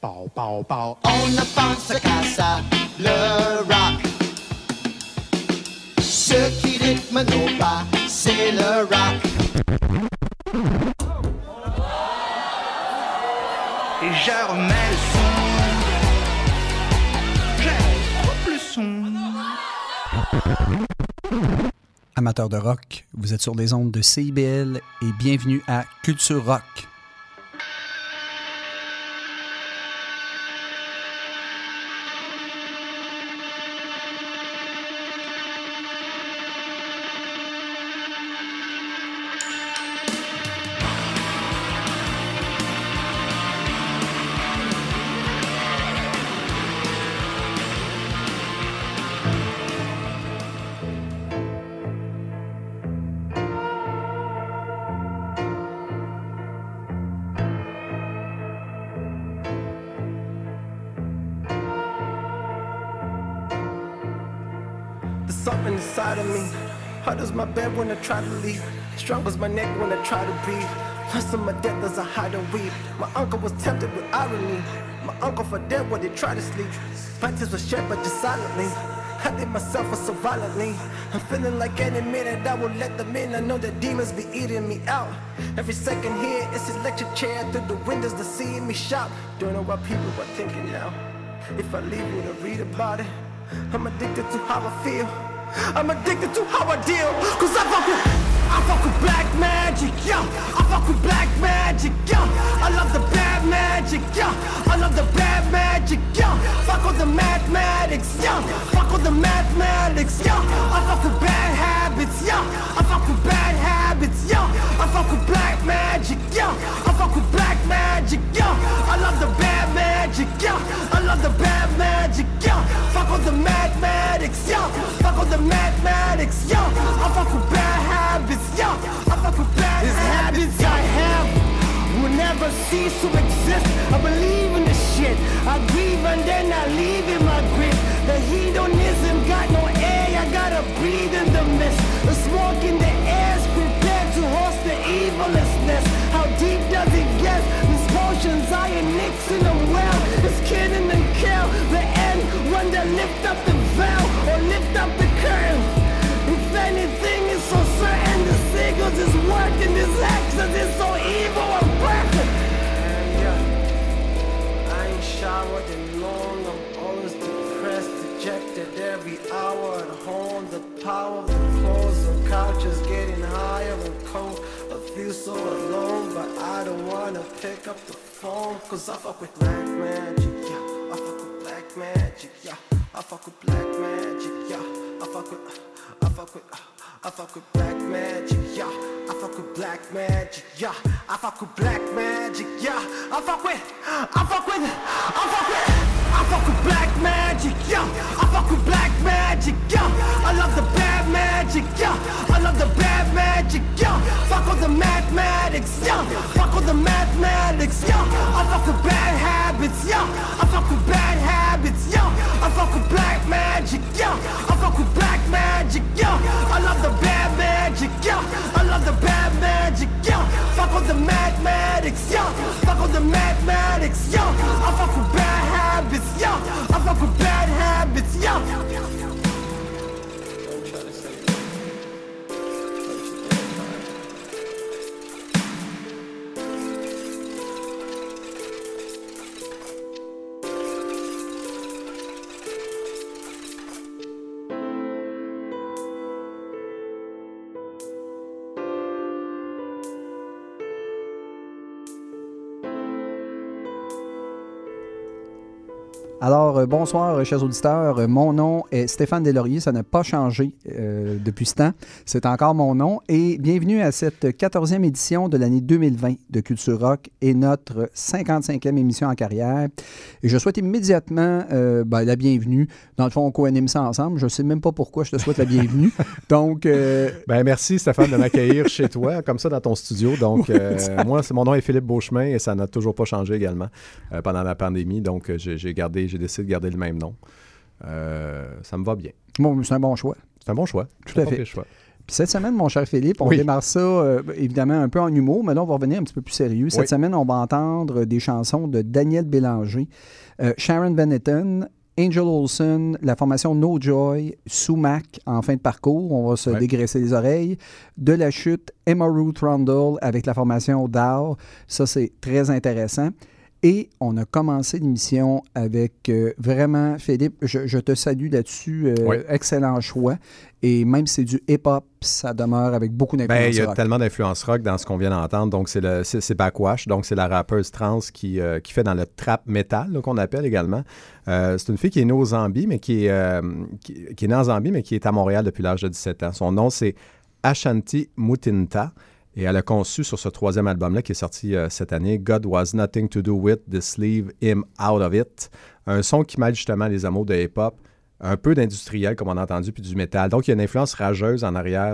Pow, pow, pow. On ne pense qu'à ça, le rock. Ce qui rythme nos pas, c'est le rock. Et je remets le son. Je coupe le son. Amateurs de rock, vous êtes sur les ondes de CIBL et bienvenue à Culture Rock. Something inside of me. Hard as my bed when I try to leave. Strong as my neck when I try to breathe. Plus of my death as I hide and weep. My uncle was tempted with irony. My uncle for dead when they tried to sleep. My tears were shed but just silently. I did myself so violently. I'm feeling like any minute I will let them in. I know that demons be eating me out. Every second here, it's electric chair through the windows to see me shout. Don't know what people are thinking now. If I leave you to read about it, I'm addicted to how I feel. I'm addicted to how I deal. Cause I fuck with black magic, yeah. I fuck with black magic, yeah. I love the bad magic, yeah. I love the bad magic, yeah. Fuck with the mathematics, yeah. Fuck with the mathematics, yeah. I fuck with bad habits, yeah. I fuck with bad habits, yeah. I fuck with black magic, yeah. I fuck with black magic, yeah. I love the bad magic, yeah. I love the bad magic, yeah. Fuck with the mathematics, yeah. Fuck with the mathematics, yeah. I fuck with bad habits, yeah. I fuck with bad habits I have will never cease to exist. I believe in this shit. I grieve and then I leave in my grip. The hedonism got no air. I gotta breathe in the mist. The smoke in the air's prepared to host the evilness. How deep does it get? These potions I ain't mixing them well. It's kidding and kill. The end when they lift up the veil or lift up the curtain. If anything is so certain, the seagulls is working. This hexes is so evil and perfect. Yeah, I ain't showered in long. I'm always depressed, dejected every hour at home. The power of the clothes on couches getting higher and cold. I feel so alone, but I don't wanna pick up the phone. Cause I fuck with black magic, yeah. I fuck with black magic, yeah. I fuck with black magic, yeah. I fuck with black magic, yeah. I fuck with black magic, yeah. I fuck with black magic, yeah. I fuck with black magic, yeah. I fuck with black magic, yeah. I love the bad magic, yeah. I love the bad magic, yeah. Fuck with the mathematics, yeah. Fuck with the mathematics, yeah. I fuck with bad habits, yeah. I fuck with bad habits, yeah. I fuck with black magic, yeah. I fuck with black magic, yeah. I love the bad magic, yeah. I love the bad magic, yeah. Fuck with the mathematics, yeah. Fuck with the mathematics, yeah. I fuck with bad habits, yeah. I fuck with bad habits, yeah. Alors, bonsoir, chers auditeurs. Mon nom est Stéphane Deslauriers. Ça n'a pas changé depuis ce temps. C'est encore mon nom. Et bienvenue à cette 14e édition de l'année 2020 de Culture Rock et notre 55e émission en carrière. Et je souhaite immédiatement la bienvenue. Dans le fond, on co-anime ça ensemble. Je ne sais même pas pourquoi je te souhaite la bienvenue. Donc, merci Stéphane de m'accueillir chez toi, comme ça dans ton studio. Donc, moi, mon nom est Philippe Beauchemin et ça n'a toujours pas changé également pendant la pandémie. Donc, j'ai décidé de garder le même nom. Ça me va bien. Bon, c'est un bon choix. C'est un bon choix. Tout à fait. Choix. Puis cette semaine, mon cher Philippe, on démarre ça évidemment un peu en humour, mais là, on va revenir un petit peu plus sérieux. Cette semaine, on va entendre des chansons de Daniel Bélanger, Sharon Van Etten, Angel Olsen, la formation No Joy, Sumac en fin de parcours, on va se dégraisser les oreilles. De la chute, Emma Ruth Rundle avec la formation Dow, ça c'est très intéressant. Et on a commencé l'émission avec vraiment, Philippe, je te salue là-dessus, excellent choix. Et même si c'est du hip-hop, ça demeure avec beaucoup d'influence rock. Il y a tellement d'influence rock dans ce qu'on vient d'entendre. Donc, c'est Backwash. Donc, c'est la rappeuse trans qui fait dans le trap metal, là, qu'on appelle également. C'est une fille qui est née aux Zambie, mais qui est née en Zambie, mais qui est à Montréal depuis l'âge de 17 ans. Son nom, c'est Ashanti Mutinta. Et elle a conçu sur ce 3e album-là qui est sorti cette année, God Was Nothing to Do With This Leave Him Out of It. Un son qui mêle justement les amours de hip-hop, un peu d'industriel comme on a entendu, puis du métal. Donc il y a une influence rageuse en arrière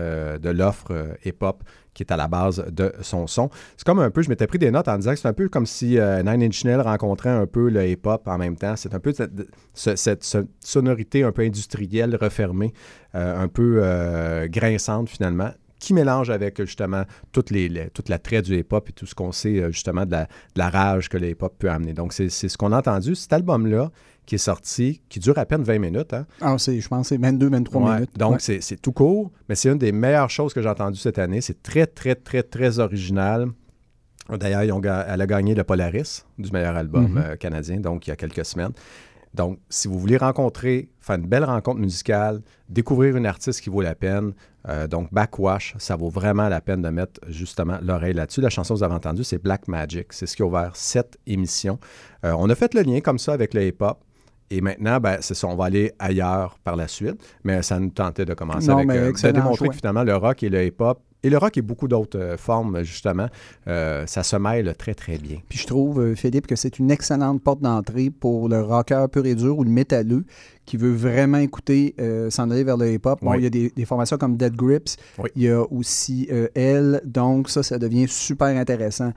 de l'offre hip-hop qui est à la base de son son. C'est comme un peu, je m'étais pris des notes en disant que c'est un peu comme si Nine Inch Nails rencontrait un peu le hip-hop en même temps. C'est un peu cette sonorité un peu industrielle, refermée, un peu grinçante finalement, qui mélange avec justement toute l'attrait du hip-hop et tout ce qu'on sait justement de la rage que le hip-hop peut amener. Donc, c'est ce qu'on a entendu. Cet album-là, qui est sorti, qui dure à peine 20 minutes. Hein? Je pense que c'est 22-23 minutes. Donc, c'est tout court, mais c'est une des meilleures choses que j'ai entendues cette année. C'est très, très, très, très original. D'ailleurs, elle a gagné le Polaris du meilleur album canadien, donc il y a quelques semaines. Donc, si vous voulez faire une belle rencontre musicale, découvrir une artiste qui vaut la peine, donc Backwash, ça vaut vraiment la peine de mettre justement l'oreille là-dessus. La chanson que vous avez entendue, c'est Black Magic. C'est ce qui a ouvert cette émission. On a fait le lien comme ça avec le hip-hop. Et maintenant, c'est ça, on va aller ailleurs par la suite. Mais ça nous tentait de commencer de démontrer que finalement, le rock et le hip-hop, et le rock et beaucoup d'autres formes, justement, ça se mêle très, très bien. Puis je trouve, Philippe, que c'est une excellente porte d'entrée pour le rocker pur et dur ou le métalleux qui veut vraiment écouter, s'en aller vers le hip-hop. Bon, il y a des formations comme Dead Grips. Il y a aussi Elle. Donc, ça devient super intéressant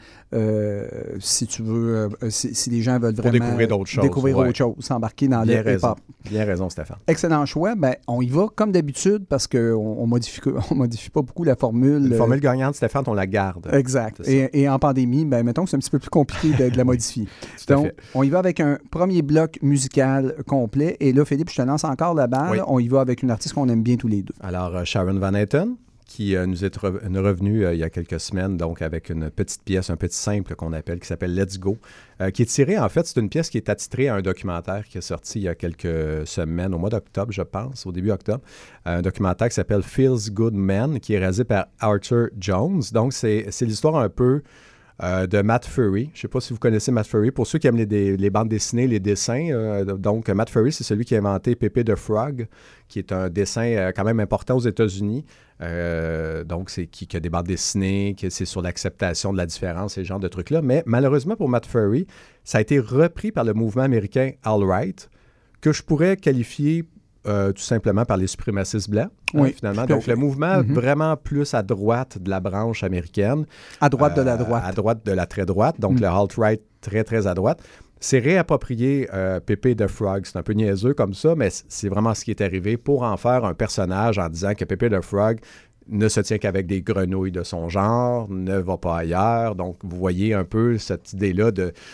si tu veux, si les gens veulent vraiment découvrir autre chose, s'embarquer dans le hip-hop. Bien raison, Stéphane. Excellent choix. On y va comme d'habitude parce qu'on ne modifie pas beaucoup la formule. Une formule gagnante, Stéphane, on la garde. Exact. Et en pandémie, mettons que c'est un petit peu plus compliqué de la modifier. Donc, on y va avec un premier bloc musical complet. Et là, Philippe, je te lance encore la balle. On y va avec une artiste qu'on aime bien tous les deux. Alors, Sharon Van Etten, qui nous est revenue il y a quelques semaines, donc avec une petite pièce, un petit simple qu'on appelle, qui s'appelle Let's Go, qui est tirée, en fait, c'est une pièce qui est attitrée à un documentaire qui est sorti il y a quelques semaines, au mois d'octobre, je pense, au début octobre, un documentaire qui s'appelle Feels Good Man, qui est réalisé par Arthur Jones. Donc, c'est l'histoire un peu de Matt Furry. Je ne sais pas si vous connaissez Matt Furry. Pour ceux qui aiment les bandes dessinées, les dessins, donc Matt Furry, c'est celui qui a inventé Pepe the Frog, qui est un dessin quand même important aux États-Unis. Donc, qui a des bandes dessinées, que c'est sur l'acceptation de la différence, ce genre de trucs-là. Mais malheureusement pour Matt Furry, ça a été repris par le mouvement américain Alt-Right, que je pourrais qualifier tout simplement par les suprémacistes blancs, finalement. Donc, le mouvement vraiment plus à droite de la branche américaine. À droite de la droite. À droite de la très droite. Donc, le alt-right très, très à droite. C'est réapproprié Pepe the Frog. C'est un peu niaiseux comme ça, mais c'est vraiment ce qui est arrivé pour en faire un personnage en disant que Pepe the Frog ne se tient qu'avec des grenouilles de son genre, ne va pas ailleurs. Donc, vous voyez un peu cette idée-là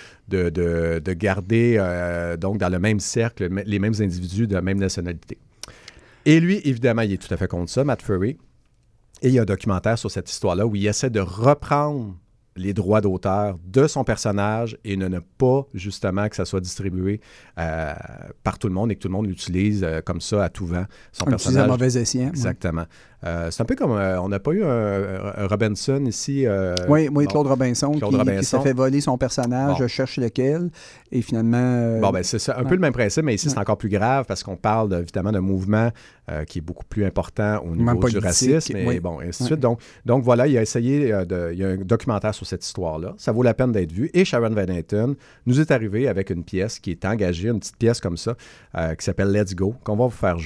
de garder donc dans le même cercle les mêmes individus de la même nationalité. Et lui, évidemment, il est tout à fait contre ça, Matt Furry. Et il y a un documentaire sur cette histoire-là où il essaie de reprendre les droits d'auteur de son personnage et ne pas, justement, que ça soit distribué par tout le monde et que tout le monde l'utilise comme ça à tout vent. Son personnage. Un mauvais escient. Exactement. C'est un peu comme, on n'a pas eu un Robinson ici. Claude Robinson qui s'est fait voler son personnage, je cherche lequel, et finalement... c'est ça, un peu le même principe, mais ici, c'est encore plus grave parce qu'on parle évidemment d'un mouvement qui est beaucoup plus important au niveau du racisme, et ainsi de suite. Donc voilà, il a essayé, il y a un documentaire sur cette histoire-là. Ça vaut la peine d'être vu. Et Sharon Van Etten nous est arrivé avec une pièce qui est engagée, une petite pièce comme ça, qui s'appelle Let's Go, qu'on va vous faire jouer.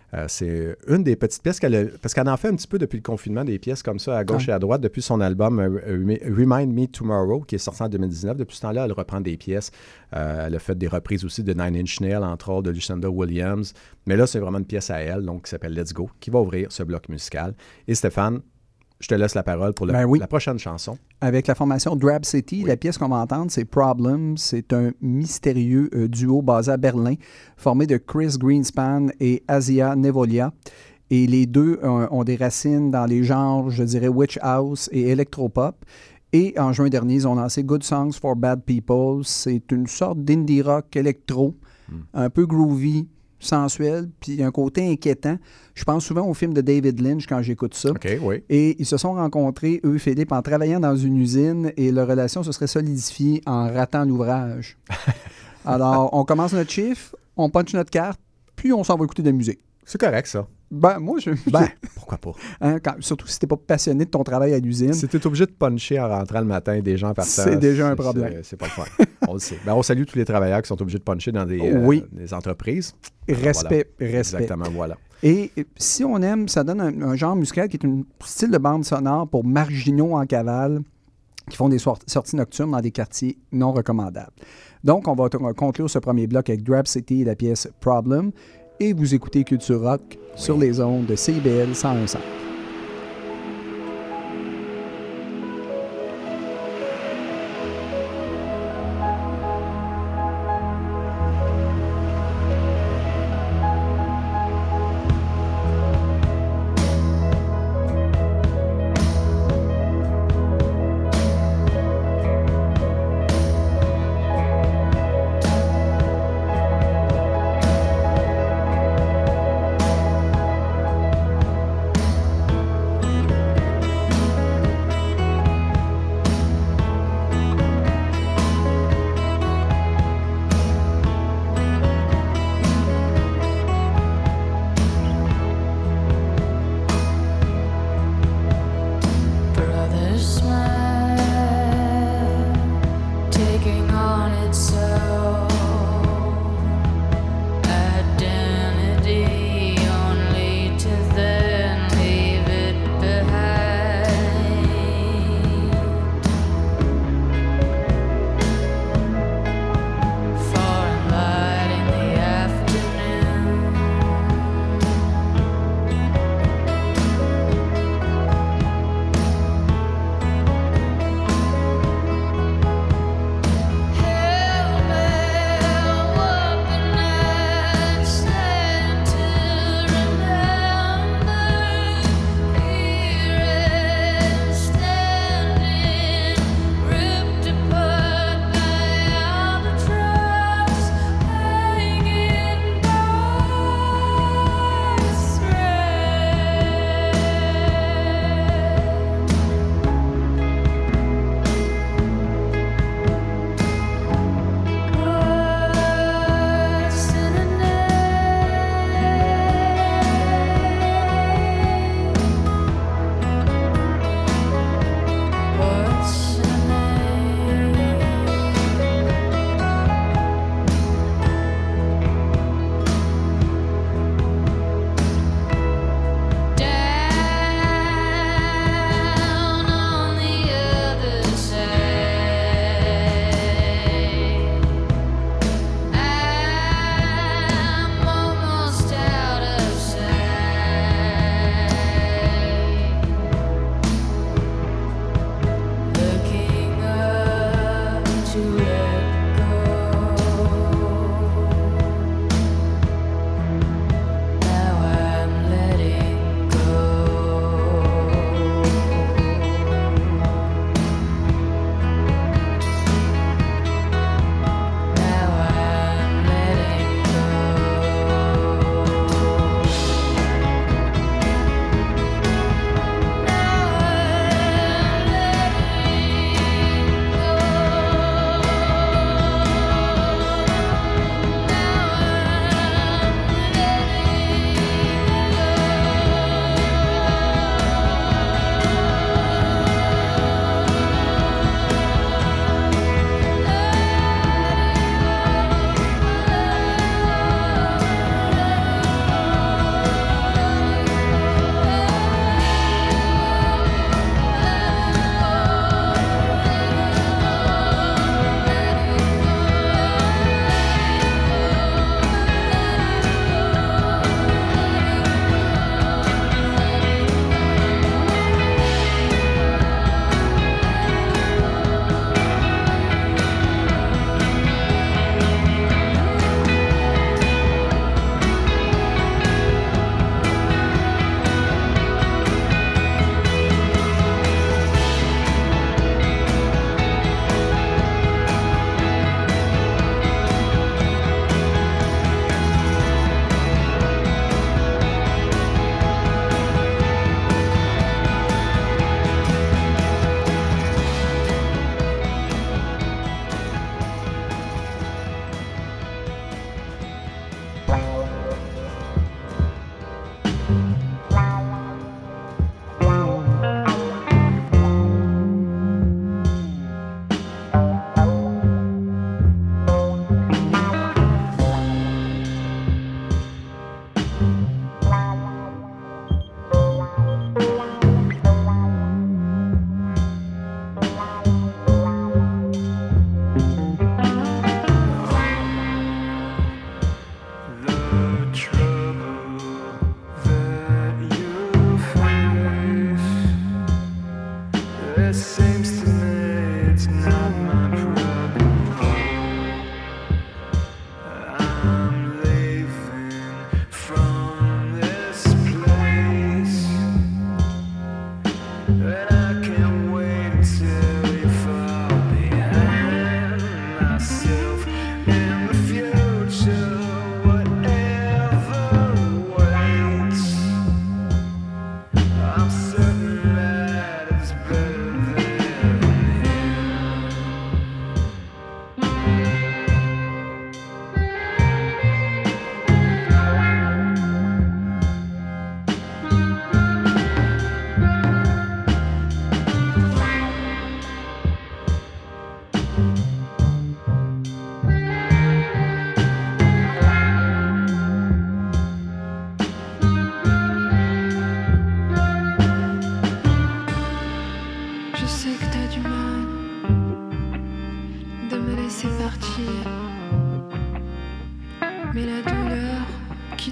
C'est une des petites pièces parce qu'elle en fait un petit peu depuis le confinement, des pièces comme ça à gauche et à droite, depuis son album Remind Me Tomorrow, qui est sorti en 2019. Depuis ce temps-là, elle reprend des pièces. Elle a fait des reprises aussi de Nine Inch Nails, entre autres, de Lucinda Williams. Mais là, c'est vraiment une pièce à elle, donc qui s'appelle Let's Go, qui va ouvrir ce bloc musical. Et Stéphane, je te laisse la parole pour la prochaine chanson. Avec la formation Drab City, la pièce qu'on va entendre, c'est Problem. C'est un mystérieux duo basé à Berlin, formé de Chris Greenspan et Asia Nevolia. Et les deux ont des racines dans les genres, je dirais, Witch House et Electropop. Et en juin dernier, ils ont lancé Good Songs for Bad People. C'est une sorte d'indie rock électro, un peu groovy, sensuel, puis un côté inquiétant. Je pense souvent au film de David Lynch quand j'écoute ça. OK, oui. Et ils se sont rencontrés, eux, Philippe, en travaillant dans une usine et leur relation se serait solidifiée en ratant l'ouvrage. Alors, on commence notre chiffre, on punch notre carte, puis on s'en va écouter de la musique. C'est correct, ça. Ben, moi, je... pourquoi pas? Hein, surtout si t'es pas passionné de ton travail à l'usine. Si t'es obligé de puncher en rentrant le matin des gens par terre, c'est déjà un problème. C'est pas le fun. On le sait. Ben, on salue tous les travailleurs qui sont obligés de puncher dans des entreprises. Respect. Exactement, voilà. Et si on aime, ça donne un genre musical qui est un style de bande sonore pour marginaux en cavale qui font des sorties nocturnes dans des quartiers non recommandables. Donc, on va conclure ce premier bloc avec Drab City et la pièce Problem. Et vous écoutez Culture Rock sur les ondes de CIBL 101.5.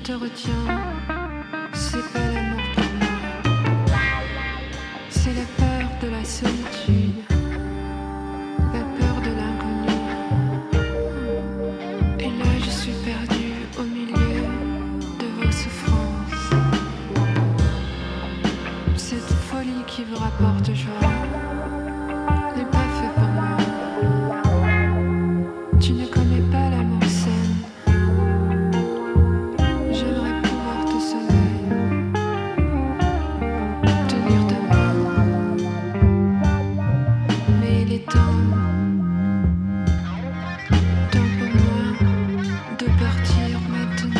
te retiens, c'est pas l'amour pour moi. C'est la peur de la solitude, la peur de l'inconnu. Et là je suis perdue au milieu de vos souffrances. Cette folie qui vous rapporte joie n'est pas fait pour moi. Tu ne connais pas l'amour sain. J'aimerais pouvoir te sauver, tenir ta main. Mais il est temps pour moi de partir maintenant.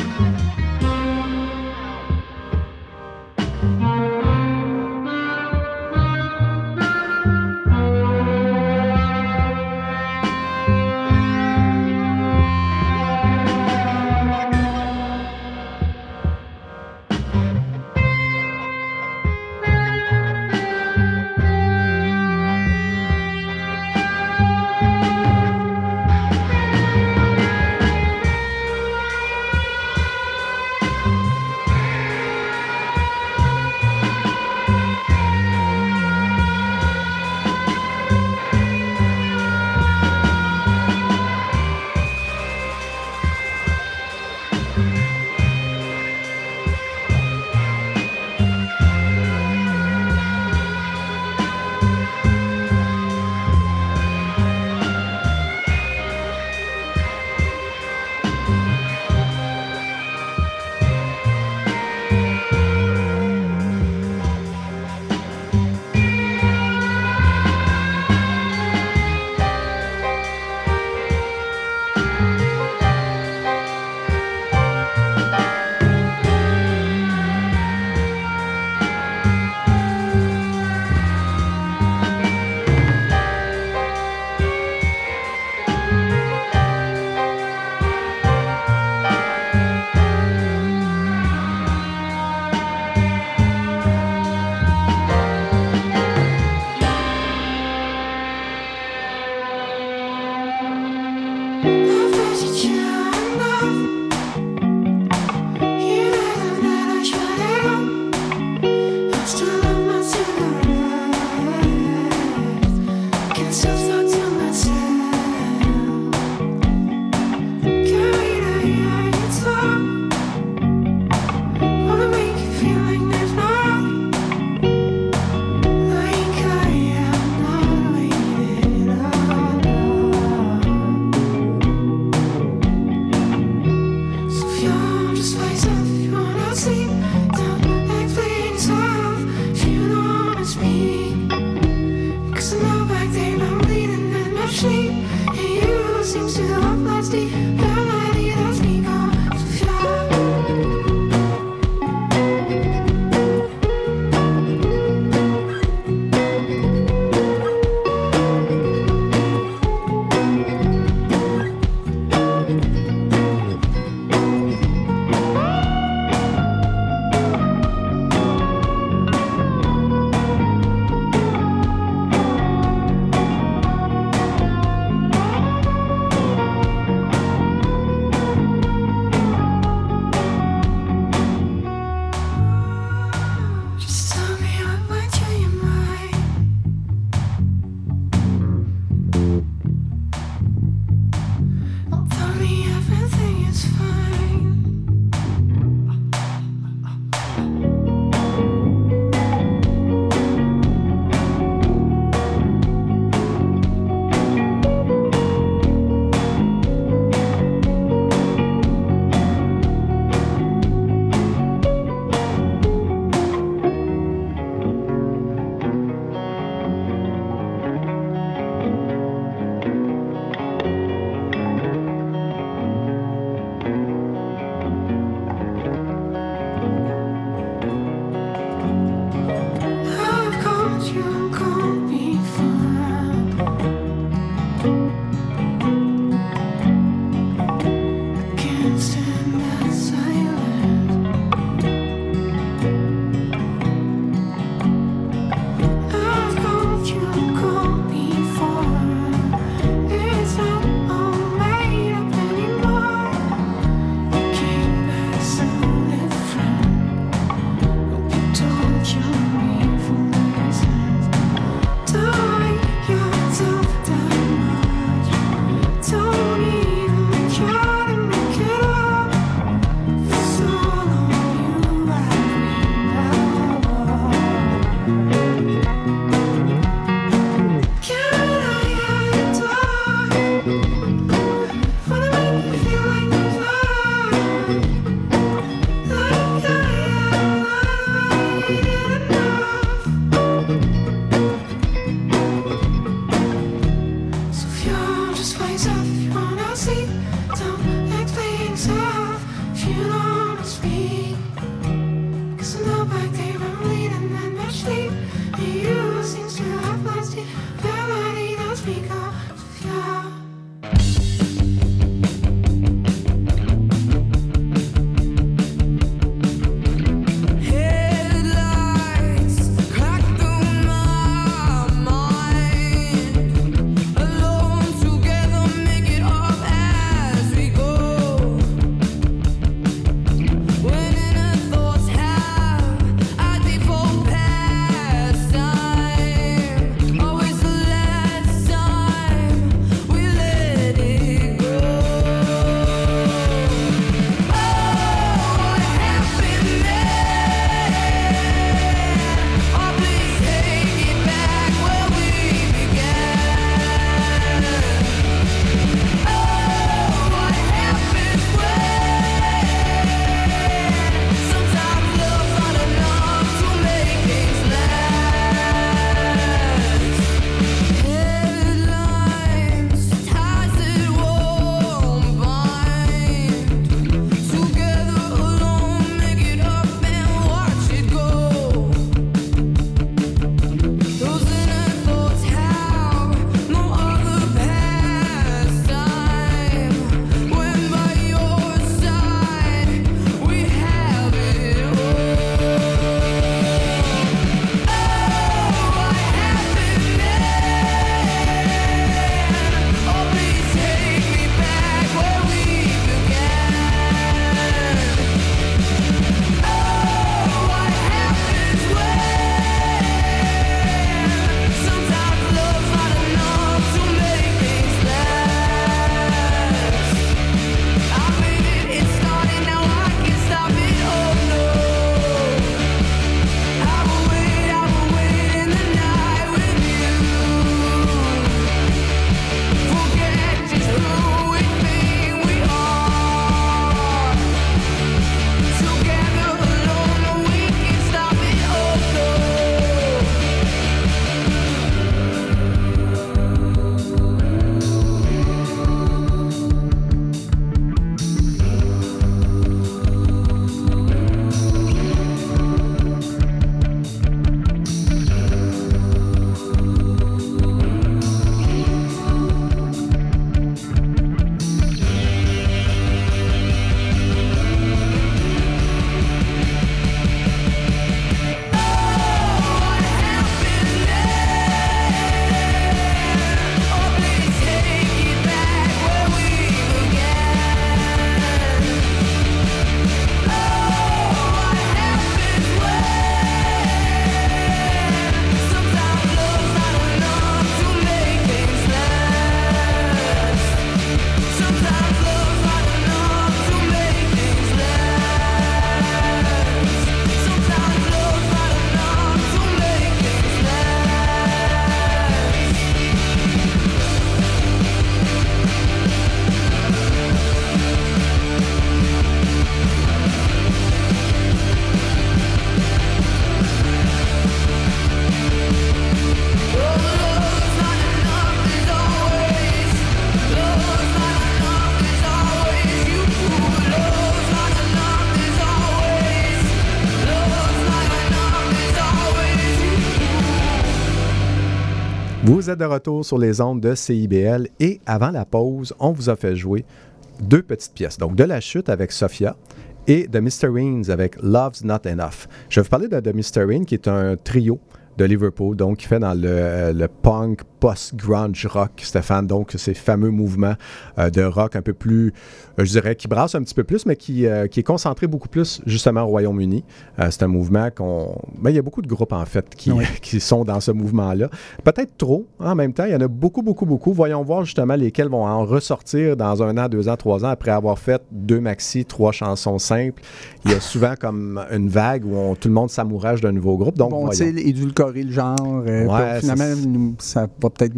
Vous êtes de retour sur les ondes de CIBL et avant la pause, on vous a fait jouer 2 petites pièces. Donc, De la chute avec Sophia et The Mysterines avec Love's Not Enough. Je vais vous parler de The Mysterines qui est un trio de Liverpool, donc qui fait dans le punk, post-grunge rock, Stéphane, donc ces fameux mouvements de rock un peu plus, je dirais, qui brasse un petit peu plus, mais qui est concentré beaucoup plus justement au Royaume-Uni. C'est un mouvement il y a beaucoup de groupes en fait qui sont dans ce mouvement-là. Peut-être trop, en même temps, il y en a beaucoup, beaucoup, beaucoup. Voyons voir justement lesquels vont en ressortir dans 1 an, 2 ans, 3 ans, après avoir fait 2 maxi, 3 chansons simples. Il y a souvent comme une vague où tout le monde s'amourage d'un nouveau groupe. Donc, tu sais, édulcorer le genre, finalement, ça va peut-être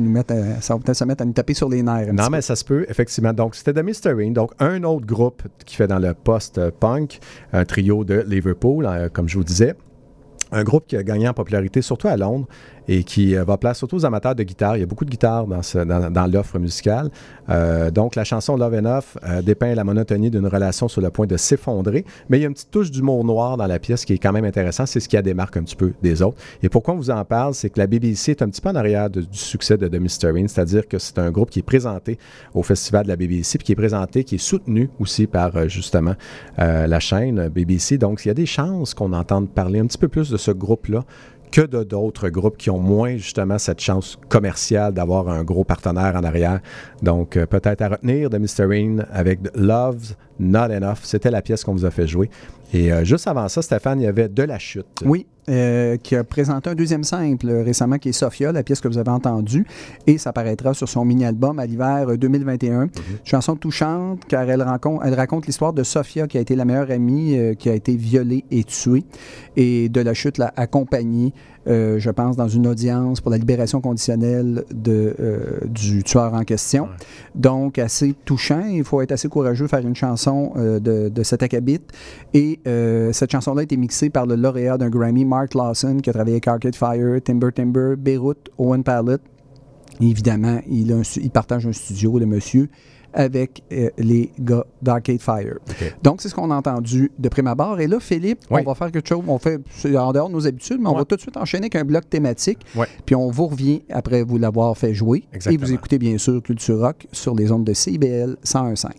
se mettre à nous taper sur les nerfs. Non, mais ça se peut, effectivement. Donc, c'était The Mysterines, donc un autre groupe qui fait dans le post-punk, un trio de Liverpool, comme je vous disais. Un groupe qui a gagné en popularité, surtout à Londres, et qui va plaire surtout aux amateurs de guitare. Il y a beaucoup de guitares dans l'offre musicale. Donc, la chanson Love Enough dépeint la monotonie d'une relation sur le point de s'effondrer, mais il y a une petite touche d'humour noir dans la pièce qui est quand même intéressant. C'est ce qui la démarque un petit peu des autres. Et pourquoi on vous en parle, c'est que la BBC est un petit peu en arrière du succès de The Mysterines, c'est-à-dire que c'est un groupe qui est présenté au festival de la BBC, puis qui est soutenu aussi par, justement, la chaîne BBC. Donc, il y a des chances qu'on entende parler un petit peu plus de ce groupe-là que d'autres groupes qui ont moins justement cette chance commerciale d'avoir un gros partenaire en arrière. Donc, peut-être à retenir, The Mysterines avec Love's Not Enough. C'était la pièce qu'on vous a fait jouer. Et juste avant ça, Stéphane, il y avait De la chute. Oui, qui a présenté un deuxième simple récemment, qui est Sophia, la pièce que vous avez entendue, et ça paraîtra sur son mini-album à l'hiver 2021. Chanson touchante, car elle raconte l'histoire de Sophia, qui a été la meilleure amie, qui a été violée et tuée, et De la chute l'a accompagnée, je pense, dans une audience pour la libération conditionnelle du tueur en question. Ouais. Donc, assez touchant. Il faut être assez courageux de faire une chanson de cet acabit. Et cette chanson-là a été mixée par le lauréat d'un Grammy, Mark Lawson, qui a travaillé avec Arcade Fire, Timber, Beirut, Owen Pallett. Et évidemment, il partage un studio, le monsieur, avec les gars d'Arcade Fire. Okay. Donc, c'est ce qu'on a entendu de prime abord. Et là, Philippe, on va faire quelque chose. C'est en dehors de nos habitudes, mais on va tout de suite enchaîner avec un bloc thématique. Puis on vous revient après vous l'avoir fait jouer. Exactement. Et vous écoutez bien sûr Culture Rock sur les ondes de CIBL 101.5.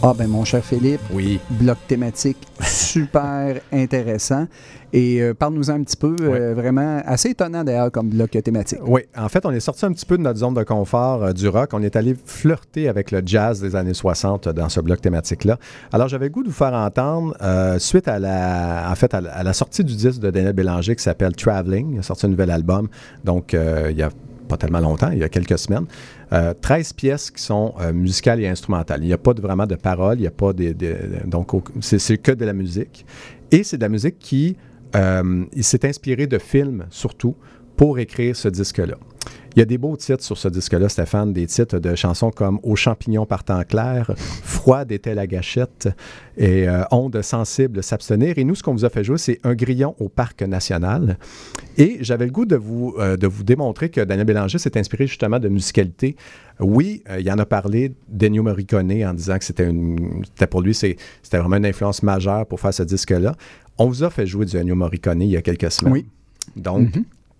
Ah, ben mon cher Philippe, Oui. bloc thématique super intéressant. Et parle-nous un petit peu, vraiment assez étonnant d'ailleurs comme bloc thématique. Oui, en fait, on est sorti un petit peu de notre zone de confort du rock. On est allé flirter avec le jazz des années 60 dans ce bloc thématique-là. Alors, j'avais le goût de vous faire entendre, suite à la sortie du disque de Daniel Bélanger qui s'appelle Traveling. Il a sorti un nouvel album, donc il y a pas tellement longtemps, il y a quelques semaines. 13 pièces qui sont musicales et instrumentales. Il n'y a pas vraiment de paroles, il n'y a pas donc c'est que de la musique. Et c'est de la musique qui il s'est inspiré de films, surtout, pour écrire ce disque-là. Il y a des beaux titres sur ce disque-là, Stéphane, des titres de chansons comme « Aux champignons par temps clair »,« Froide était la gâchette » et « Onde sensible s'abstenir ». Et nous, ce qu'on vous a fait jouer, c'est « Un grillon au parc national ». Et j'avais le goût de vous démontrer que Daniel Bélanger s'est inspiré justement de musicalité. Oui, il en a parlé d'Ennio Morricone en disant que c'était pour lui, c'était vraiment une influence majeure pour faire ce disque-là. On vous a fait jouer du Ennio Morricone il y a quelques semaines. Oui. Donc,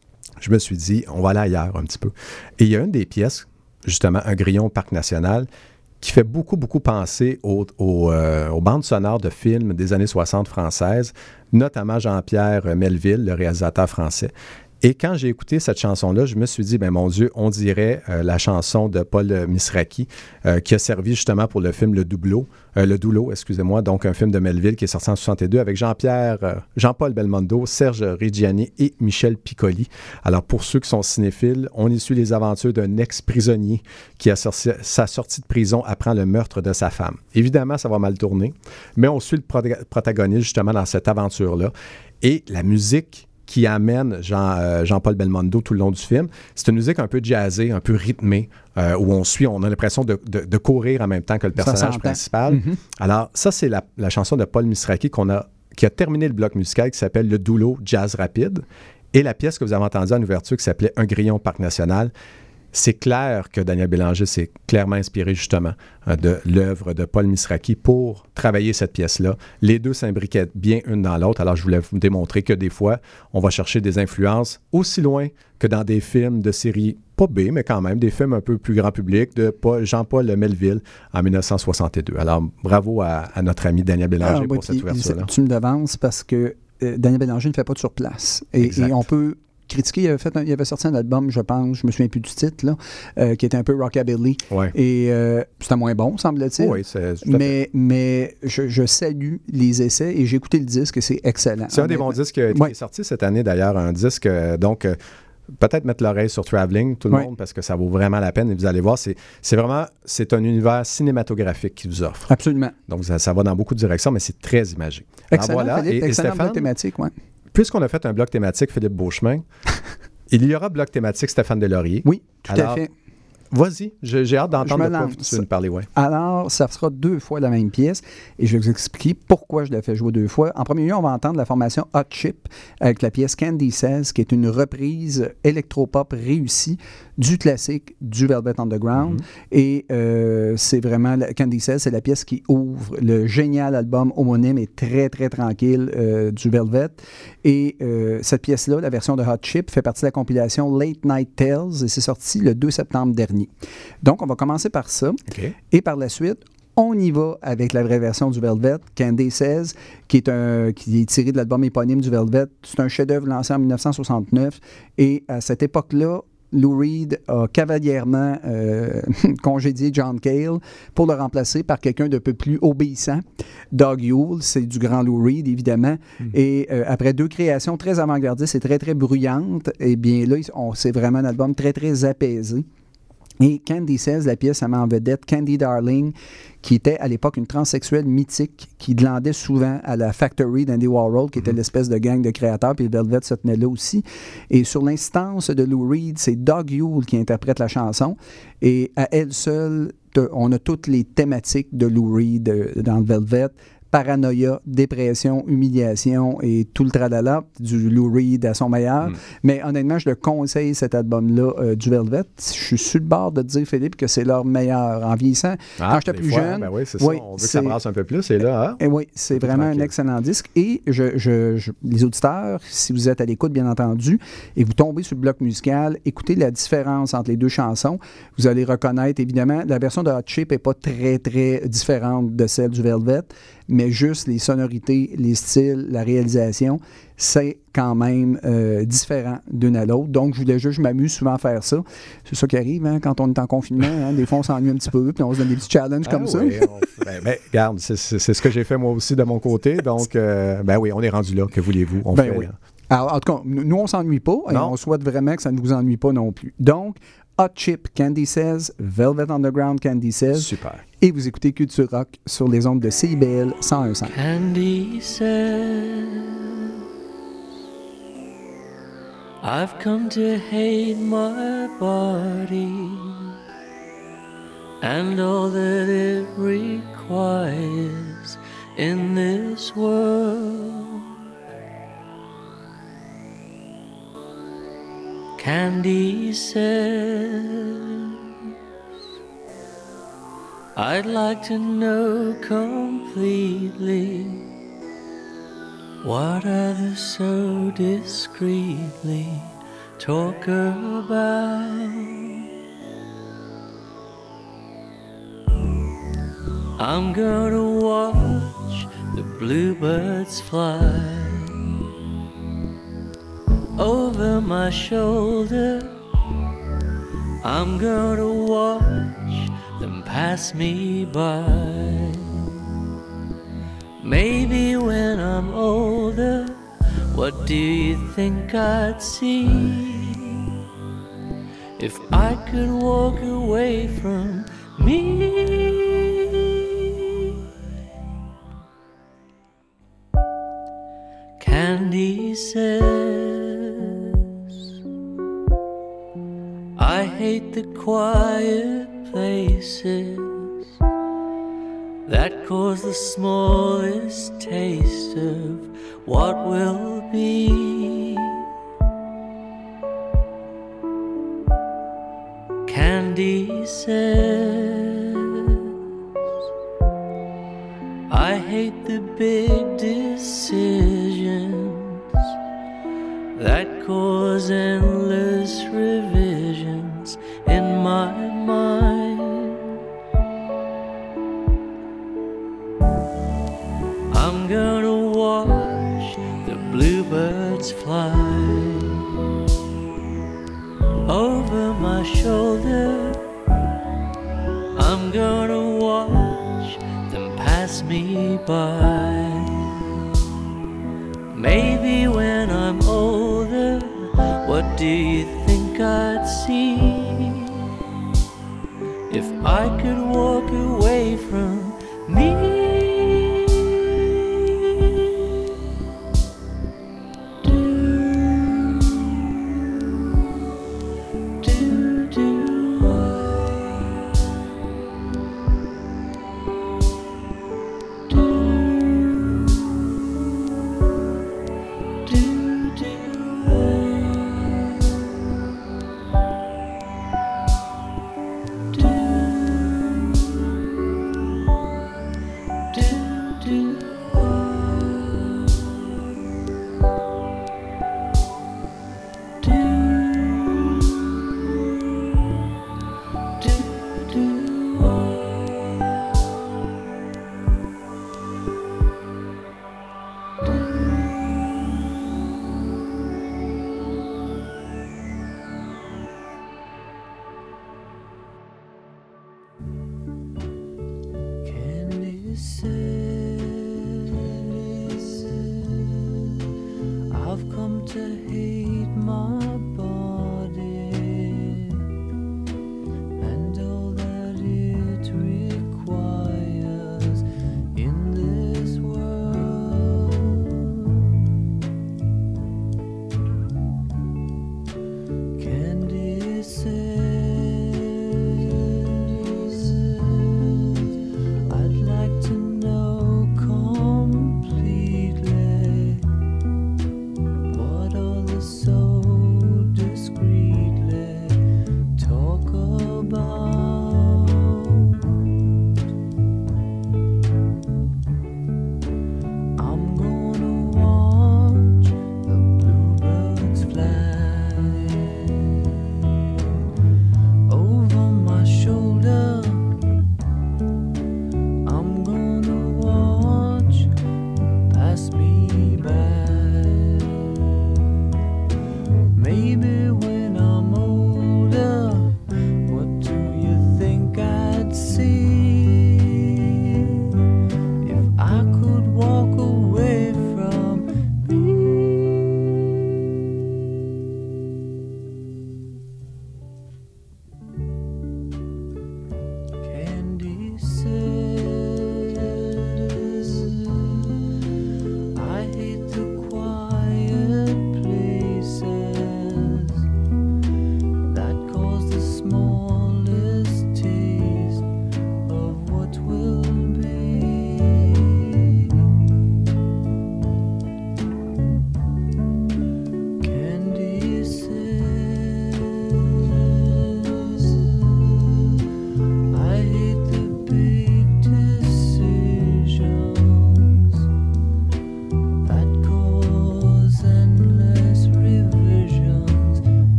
je me suis dit, on va aller ailleurs un petit peu. Et il y a une des pièces, justement, Un grillon au parc national, qui fait beaucoup, beaucoup penser aux bandes sonores de films des années 60 françaises, notamment Jean-Pierre Melville, le réalisateur français. Et quand j'ai écouté cette chanson-là, je me suis dit, ben mon Dieu, on dirait la chanson de Paul Misraki qui a servi justement pour le film Le Doulot, excusez-moi, donc un film de Melville qui est sorti en 62 avec Jean-Paul Belmondo, Serge Reggiani et Michel Piccoli. Alors pour ceux qui sont cinéphiles, on y suit les aventures d'un ex-prisonnier qui, à sa sortie de prison, apprend le meurtre de sa femme. Évidemment, ça va mal tourner, mais on suit le protagoniste justement dans cette aventure-là. Et la musique qui amène Jean-Paul Belmondo tout le long du film. C'est une musique un peu jazzée, un peu rythmée, où on a l'impression de courir en même temps que le personnage principal. Mm-hmm. Alors, ça, c'est la chanson de Paul Misraki qui a terminé le bloc musical qui s'appelle Le Doulot Jazz Rapide. Et la pièce que vous avez entendue en ouverture qui s'appelait Un grillon au parc national. C'est clair que Daniel Bélanger s'est clairement inspiré justement de l'œuvre de Paul Misraki pour travailler cette pièce-là. Les deux s'imbriquaient bien une dans l'autre, alors je voulais vous démontrer que des fois, on va chercher des influences aussi loin que dans des films de série pas B, mais quand même des films un peu plus grand public de Jean-Paul Melville en 1962. Alors, bravo à notre ami Daniel Bélanger pour cette ouverture-là. Tu me devances parce que Daniel Bélanger ne fait pas de surplace. Et on peut critiqué, il avait sorti un album, je pense, je me souviens plus du titre, là, qui était un peu rockabilly. Ouais. Et c'était moins bon, semble-t-il. Oui, c'est mais je salue les essais et j'ai écouté le disque et c'est excellent. C'est un des bons disques qui est sorti cette année, d'ailleurs, un disque, donc... peut-être mettre l'oreille sur Traveling, tout le monde, parce que ça vaut vraiment la peine. Et vous allez voir, c'est un univers cinématographique qui vous offre. Absolument. Donc, ça va dans beaucoup de directions, mais c'est très imagé. Excellent, alors, voilà. Philippe, excellent bloc thématique, oui. Puisqu'on a fait un bloc thématique, Philippe Beauchemin, il y aura bloc thématique Stéphane Deslauriers. Oui, tout à fait. Vas-y, j'ai hâte d'entendre de quoi tu veux nous parler. Ouais. Alors, ça sera 2 fois la même pièce et je vais vous expliquer pourquoi je l'ai fait jouer 2 fois. En premier lieu, on va entendre la formation Hot Chip avec la pièce Candy Says, qui est une reprise électropop réussie du classique du Velvet Underground. Et c'est vraiment, Candy Says, c'est la pièce qui ouvre le génial album homonyme et très, très tranquille du Velvet. Et cette pièce-là, la version de Hot Chip, fait partie de la compilation Late Night Tales et c'est sorti le 2 septembre dernier. Donc, on va commencer par ça. Okay. Et par la suite, on y va avec la vraie version du Velvet, Candy Says, qui est tiré de l'album éponyme du Velvet. C'est un chef-d'œuvre lancé en 1969. Et à cette époque-là, Lou Reed a cavalièrement congédié John Cale pour le remplacer par quelqu'un d'un peu plus obéissant. Doug Yule, c'est du grand Lou Reed, évidemment. Et après 2 créations très avant-gardistes et très, très bruyantes, eh bien là, c'est vraiment un album très, très apaisé. Et Candy Says, la pièce, ça met en vedette Candy Darling, qui était à l'époque une transsexuelle mythique qui glandait souvent à la Factory d'Andy Warhol, qui était l'espèce de gang de créateurs, puis Velvet se tenait là aussi. Et sur l'instance de Lou Reed, c'est Doug Yule qui interprète la chanson. Et à elle seule, on a toutes les thématiques de Lou Reed dans le Velvet. paranoïa, dépression, humiliation et tout le tralala, du Lou Reed à son meilleur. Mais honnêtement, je le conseille, cet album-là du Velvet. Je suis sur le bord de te dire, Philippe, que c'est leur meilleur. En vieillissant, quand j'étais plus jeune... Ben oui, c'est ça. On veut que ça brasse un peu plus, et là... Et oui, c'est vraiment un excellent disque. Et les auditeurs, si vous êtes à l'écoute, bien entendu, et vous tombez sur le bloc musical, écoutez la différence entre les deux chansons. Vous allez reconnaître, évidemment, la version de Hot Chip n'est pas très, très différente de celle du Velvet, mais juste les sonorités, les styles, la réalisation, c'est quand même différent d'une à l'autre. Donc, je m'amuse souvent à faire ça. C'est ça qui arrive hein, quand on est en confinement. Hein, des fois, on s'ennuie un petit peu, puis on se donne des petits challenges comme ça. Regarde, c'est ce que j'ai fait moi aussi de mon côté. Donc, ben oui, on est rendu là. Que voulez-vous? On fait. Oui. Alors, en tout cas, nous, on ne s'ennuie pas et on souhaite vraiment que ça ne vous ennuie pas non plus. Donc, Hot Chip, Candy Says, Velvet Underground, Candy Says. Super. Et vous écoutez Culture Rock sur les ondes de CIBL 101.5. Candy says, I've come to hate my body and all that it requires in this world. Candy says, I'd like to know completely what others so discreetly talk about. I'm gonna watch the bluebirds fly over my shoulder. I'm gonna watch them pass me by. Maybe when I'm older, what do you think I'd see? If I could walk away from me. Candy says, I hate the quiet places that cause the smallest taste of what will be. Candy says, I hate the big decisions that cause endless revisions in my mind. I'm gonna watch the bluebirds fly over my shoulder. I'm gonna watch them pass me by. Maybe when I'm older, what do you think I'd see? If I could walk away from me. I'd like to know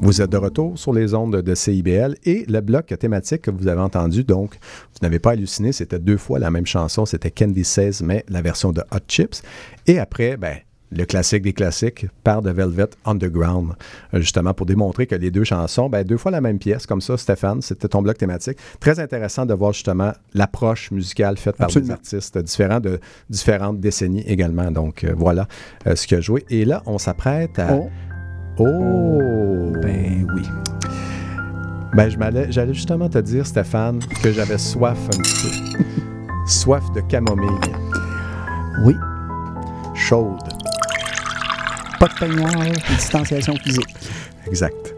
Vous êtes de retour sur les ondes de CIBL et le bloc thématique que vous avez entendu, donc, vous n'avez pas halluciné, c'était 2 fois la même chanson, c'était Candy Says, mais la version de Hot Chips. Et après, le classique des classiques par The Velvet Underground, justement pour démontrer que les 2 chansons, 2 fois la même pièce, comme ça, Stéphane, c'était ton bloc thématique. Très intéressant de voir justement l'approche musicale faite par des artistes différents de différentes décennies également. Donc, voilà ce qui a joué. Et là, on s'apprête à... Ben oui. J'allais justement te dire, Stéphane, que j'avais soif un petit peu. Soif de camomille. Oui. Chaude. Pas de peignoir et distanciation physique. Exact.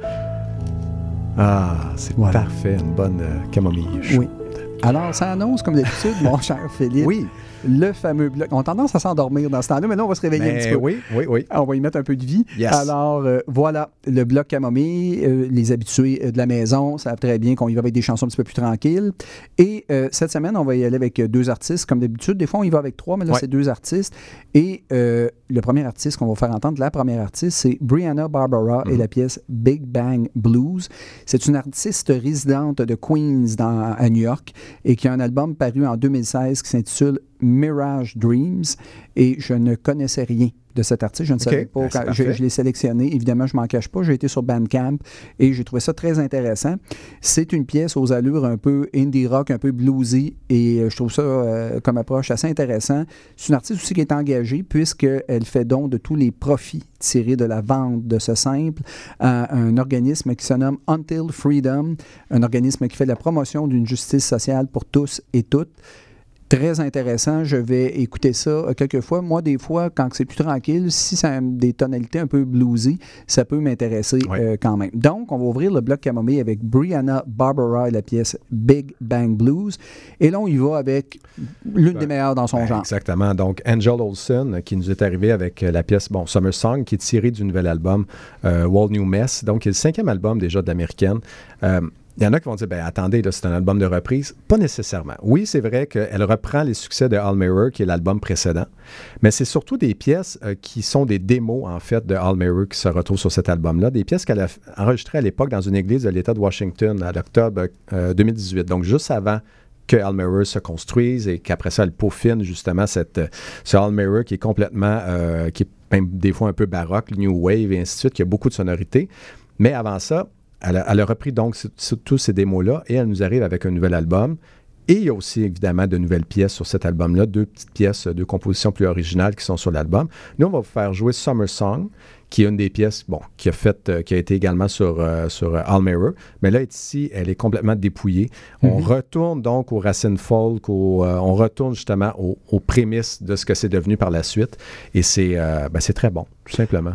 Ah, c'est parfait, une bonne camomille chaude. Oui. Alors, ça annonce, comme d'habitude, mon cher Philippe, oui. Le fameux bloc. On a tendance à s'endormir dans ce temps-là, mais là, on va se réveiller un petit peu. Oui. On va y mettre un peu de vie. Yes. Alors, voilà, le bloc camomille, les habitués de la maison savent très bien qu'on y va avec des chansons un petit peu plus tranquilles. Et cette semaine, on va y aller avec 2 artistes, comme d'habitude. Des fois, on y va avec 3, mais là, c'est 2 artistes. Et le premier artiste qu'on va faire entendre, la première artiste, c'est Brianna Barbara et la pièce Big Bang Blues. C'est une artiste résidente de Queens à New York et qui a un album paru en 2016 qui s'intitule Mirage Dreams, et je ne connaissais rien de cet artiste. Je ne savais pas. Quand je l'ai sélectionné. Évidemment, je ne m'en cache pas. J'ai été sur Bandcamp et j'ai trouvé ça très intéressant. C'est une pièce aux allures un peu indie rock, un peu bluesy, et je trouve ça comme approche assez intéressant. C'est une artiste aussi qui est engagée puisqu'elle fait don de tous les profits tirés de la vente de ce simple à un organisme qui se nomme Until Freedom, un organisme qui fait la promotion d'une justice sociale pour tous et toutes. Très intéressant. Je vais écouter ça quelques fois. Moi, des fois, quand c'est plus tranquille, si ça a des tonalités un peu bluesy, ça peut m'intéresser quand même. Donc, on va ouvrir le bloc camomille avec Brianna Barbara et la pièce Big Bang Blues. Et là, on y va avec l'une des meilleures dans son genre. Exactement. Donc, Angel Olsen, qui nous est arrivé avec la pièce Summer Song, qui est tirée du nouvel album Whole New Mess. Donc, c'est le 5e album déjà de l'américaine. Il y en a qui vont dire, attendez, là, c'est un album de reprise. Pas nécessairement. Oui, c'est vrai qu'elle reprend les succès de All Mirror, qui est l'album précédent, mais c'est surtout des pièces qui sont des démos, en fait, de All Mirror qui se retrouvent sur cet album-là. Des pièces qu'elle a enregistrées à l'époque dans une église de l'État de Washington, à l'octobre 2018. Donc, juste avant que All Mirror se construise et qu'après ça, elle peaufine justement ce All Mirror qui est complètement, qui est même des fois un peu baroque, New Wave et ainsi de suite, qui a beaucoup de sonorités. Mais avant ça, elle a repris donc tous ces démos-là et elle nous arrive avec un nouvel album. Et il y a aussi évidemment de nouvelles pièces sur cet album-là, 2 petites pièces, 2 compositions plus originales qui sont sur l'album. Nous, on va vous faire jouer Summer Song, qui est une des pièces qui a été également sur All Mirror. Mais là, ici, elle est complètement dépouillée. On retourne donc aux racines folk, on retourne justement aux prémices de ce que c'est devenu par la suite. Et c'est très bon, tout simplement.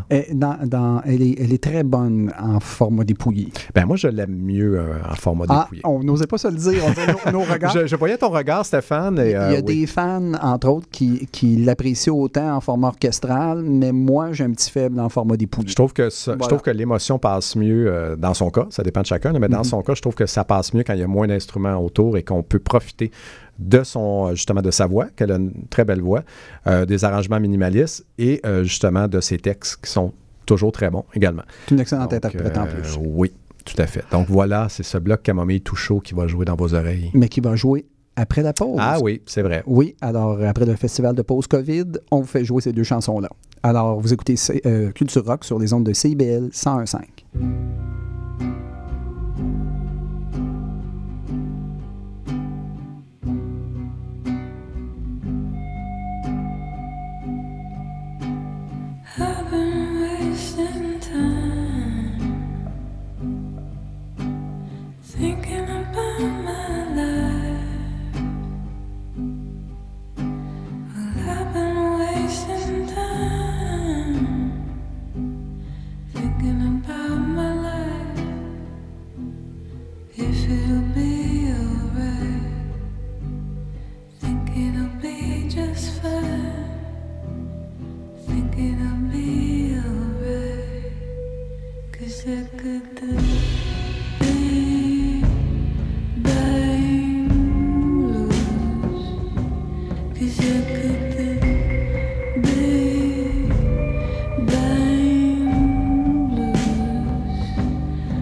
Elle est très bonne en format dépouillé. Moi, je l'aime mieux en format dépouillé. On n'osait pas se le dire. On disait nos regards. Je voyais ton regard, Stéphane. Et, il y a des fans, entre autres, qui l'apprécient autant en format orchestral, mais moi, j'ai un petit faible en format dépouillé. Je trouve que l'émotion passe mieux dans son cas. Ça dépend de chacun, mais dans son cas, je trouve que ça passe mieux quand il y a moins d'instruments autour et qu'on peut profiter de sa voix, qu'elle a une très belle voix, des arrangements minimalistes et justement de ses textes qui sont toujours très bons également. C'est une excellente interprète en plus. Oui, tout à fait. Donc voilà, c'est ce bloc camomille tout chaud qui va jouer dans vos oreilles. Mais qui va jouer après la pause. Ah oui, c'est vrai. Oui, alors après le festival de pause COVID, on vous fait jouer ces 2 chansons-là. Alors, vous écoutez Culture Rock sur les ondes de CIBL 101.5. I've been wasting time thinking about my life. Well, I've been wasting time thinking about my life. If it'll be alright, think it'll be just fine. Think it'll be alright, 'cause I got the Big Bang Blues, 'cause I got the Big Bang Blues.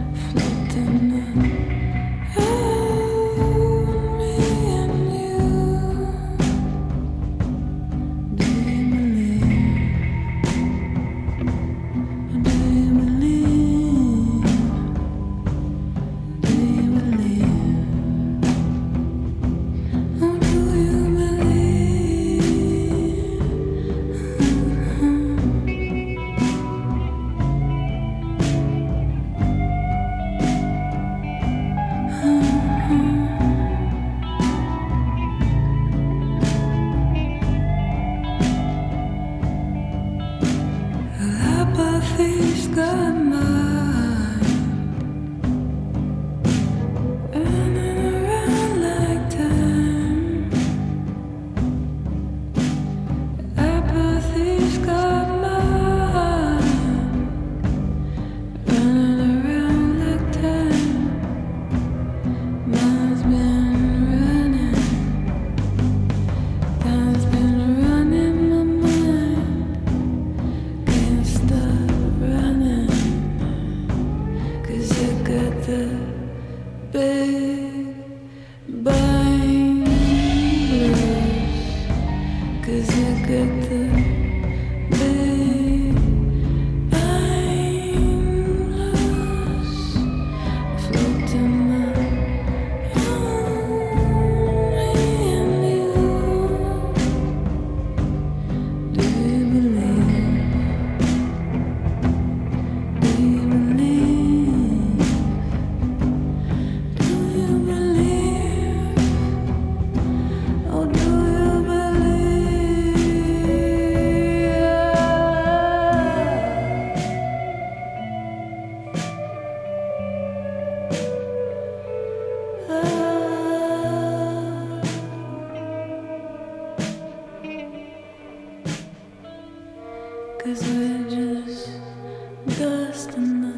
'cause we're just dust in the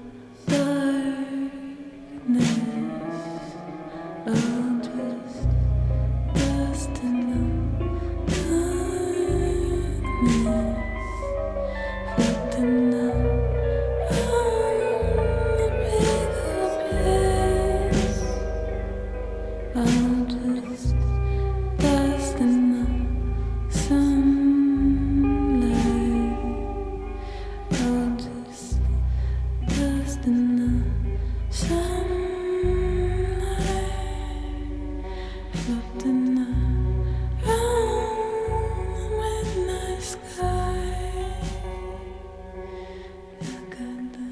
darkness. Oh, just dust in the darkness. Floating around the bigger place. Oh, just dust in the sunlight. Oh, just dust in the sunlight. Floating around the midnight sky. Look at the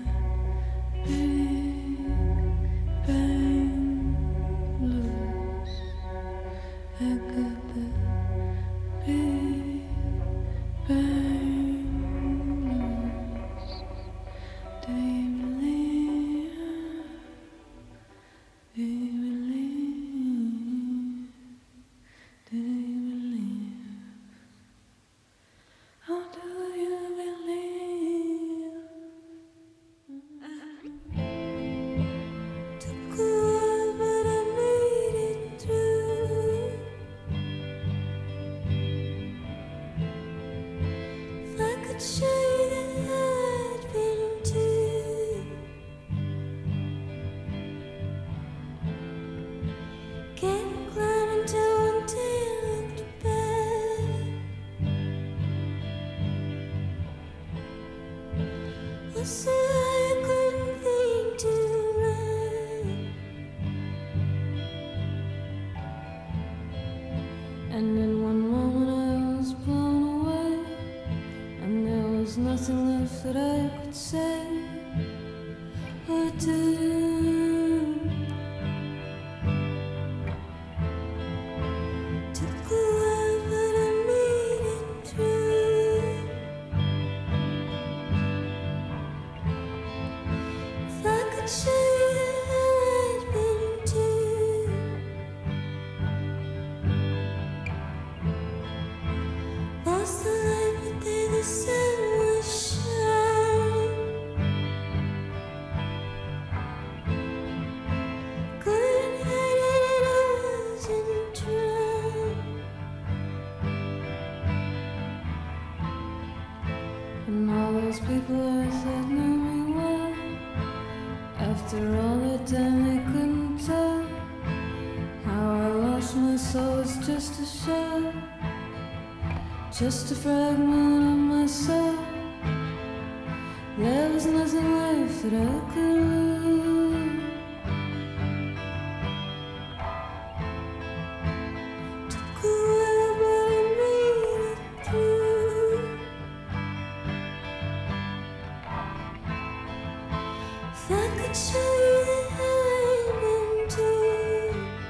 Big Bang Blues. Look at the Big Bang Blues. Do you believe? Do you believe? Do you believe? Oh, do you believe? Took a while, but I made it through. If I could show you that I'd been too. Can't climb until one day I looked back. Was so high I couldn't think to land. And in one moment I was blown away, and there was nothing left that I could say or do. Took a while, but I made it through. If I could show you that I'd been too. Lost the light, but there the sun was shining. Couldn't hide it, I wasn't trying. And all those people I thought knew me well, after all that time they couldn't tell how I lost my soul. It's just a shell, just a fragment of myself. There was nothing left that I could lose. Took a while, but I made it through. If I could show you that I'd been too.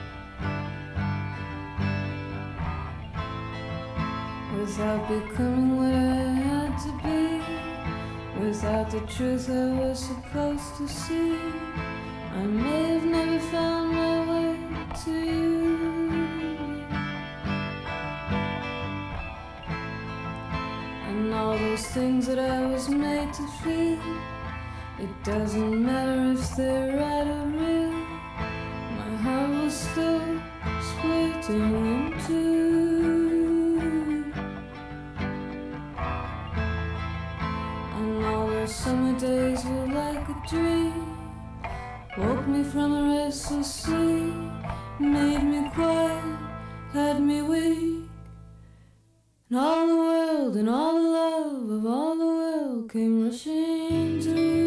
Without becoming what I had to be, without the truth I was supposed to see, I may have never found my way to you. And all those things that I was made to feel, it doesn't matter if they're right or real, my heart was still splitting in two. And all those summer days were like a dream, woke me from a restless sleep, made me quiet, had me weak. And all the world and all the love of all the world came rushing through.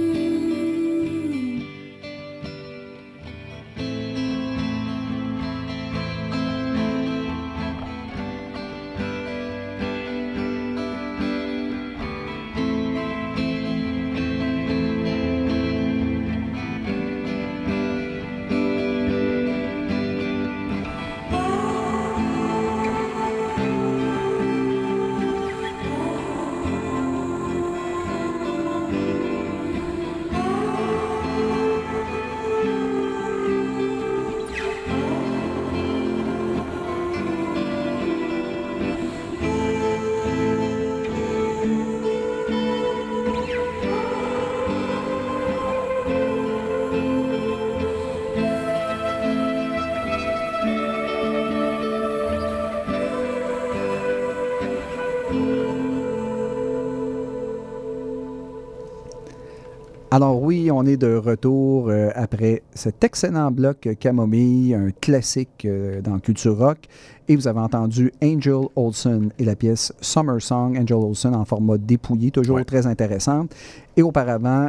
Alors oui, on est de retour après cet excellent bloc Camomille, un classique dans Culture Rock. Et vous avez entendu Angel Olsen et la pièce Summer Song, Angel Olsen en format dépouillé, toujours très intéressante. Et auparavant,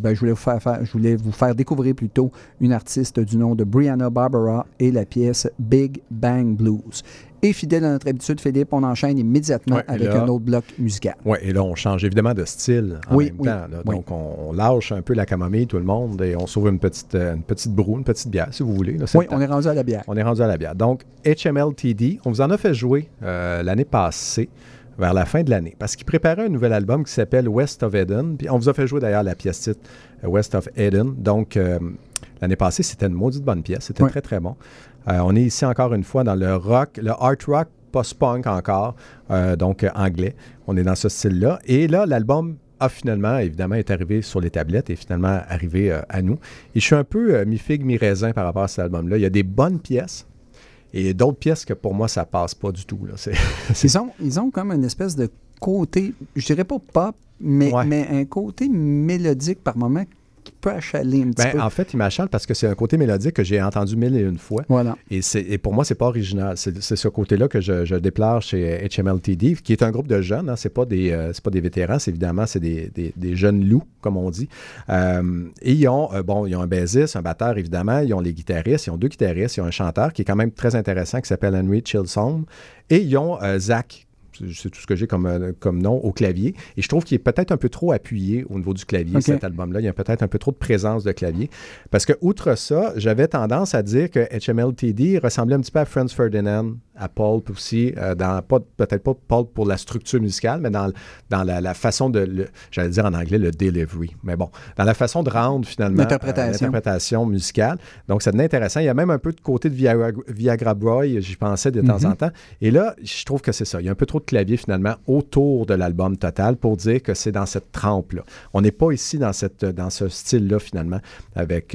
je voulais vous faire découvrir plutôt une artiste du nom de Brianna Barbara et la pièce Big Bang Blues. Et fidèle à notre habitude, Philippe, on enchaîne immédiatement avec un autre bloc musical. Oui, et là, on change évidemment de style en même temps. Là. Donc, on lâche un peu la camomille, tout le monde, et on s'ouvre une petite broue, une petite bière, si vous voulez. Là, oui, on est rendu à la bière. On est rendu à la bière. Donc, HMLTD, on vous en a fait jouer l'année passée, vers la fin de l'année, parce qu'il préparait un nouvel album qui s'appelle West of Eden. Puis on vous a fait jouer d'ailleurs la pièce titre West of Eden. Donc, l'année passée, c'était une maudite bonne pièce. C'était très, très bon. On est ici encore une fois dans le rock, le art rock, post-punk encore, donc anglais. On est dans ce style-là. Et là, l'album a finalement, évidemment, est arrivé sur les tablettes et finalement arrivé à nous. Et je suis un peu mi-figue, mi-raisin par rapport à cet album-là. Il y a des bonnes pièces. Et d'autres pièces que pour moi, ça passe pas du tout. Là. Ils ont comme une espèce de côté, je dirais pas pop, mais un côté mélodique par moment qui peut achaler un petit peu. En fait, il m'achale parce que c'est un côté mélodique que j'ai entendu 1001 fois. Voilà. Et pour moi, c'est pas original. C'est ce côté-là que je déplore chez HMLTD, qui est un groupe de jeunes. Hein. C'est pas des vétérans, évidemment, c'est des jeunes loups, comme on dit. Et ils ont un bassiste, un batteur, évidemment. Ils ont les guitaristes. Ils ont 2 guitaristes. Ils ont un chanteur qui est quand même très intéressant, qui s'appelle Henry Chilson. Et ils ont Zach. C'est tout ce que j'ai comme nom au clavier. Et je trouve qu'il est peut-être un peu trop appuyé au niveau du clavier, cet album-là. Il y a peut-être un peu trop de présence de clavier. Parce que, outre ça, j'avais tendance à dire que HMLTD ressemblait un petit peu à Franz Ferdinand, à Pulp aussi, peut-être pas Pulp pour la structure musicale, mais dans la façon j'allais dire en anglais le delivery, mais bon, dans la façon de rendre finalement l'interprétation musicale. Donc, ça devenait intéressant. Il y a même un peu de côté de Viagra Boy, j'y pensais de temps en temps. Et là, je trouve que c'est ça. Il y a un peu trop de clavier finalement autour de l'album total pour dire que c'est dans cette trempe-là. On n'est pas ici dans ce style-là finalement avec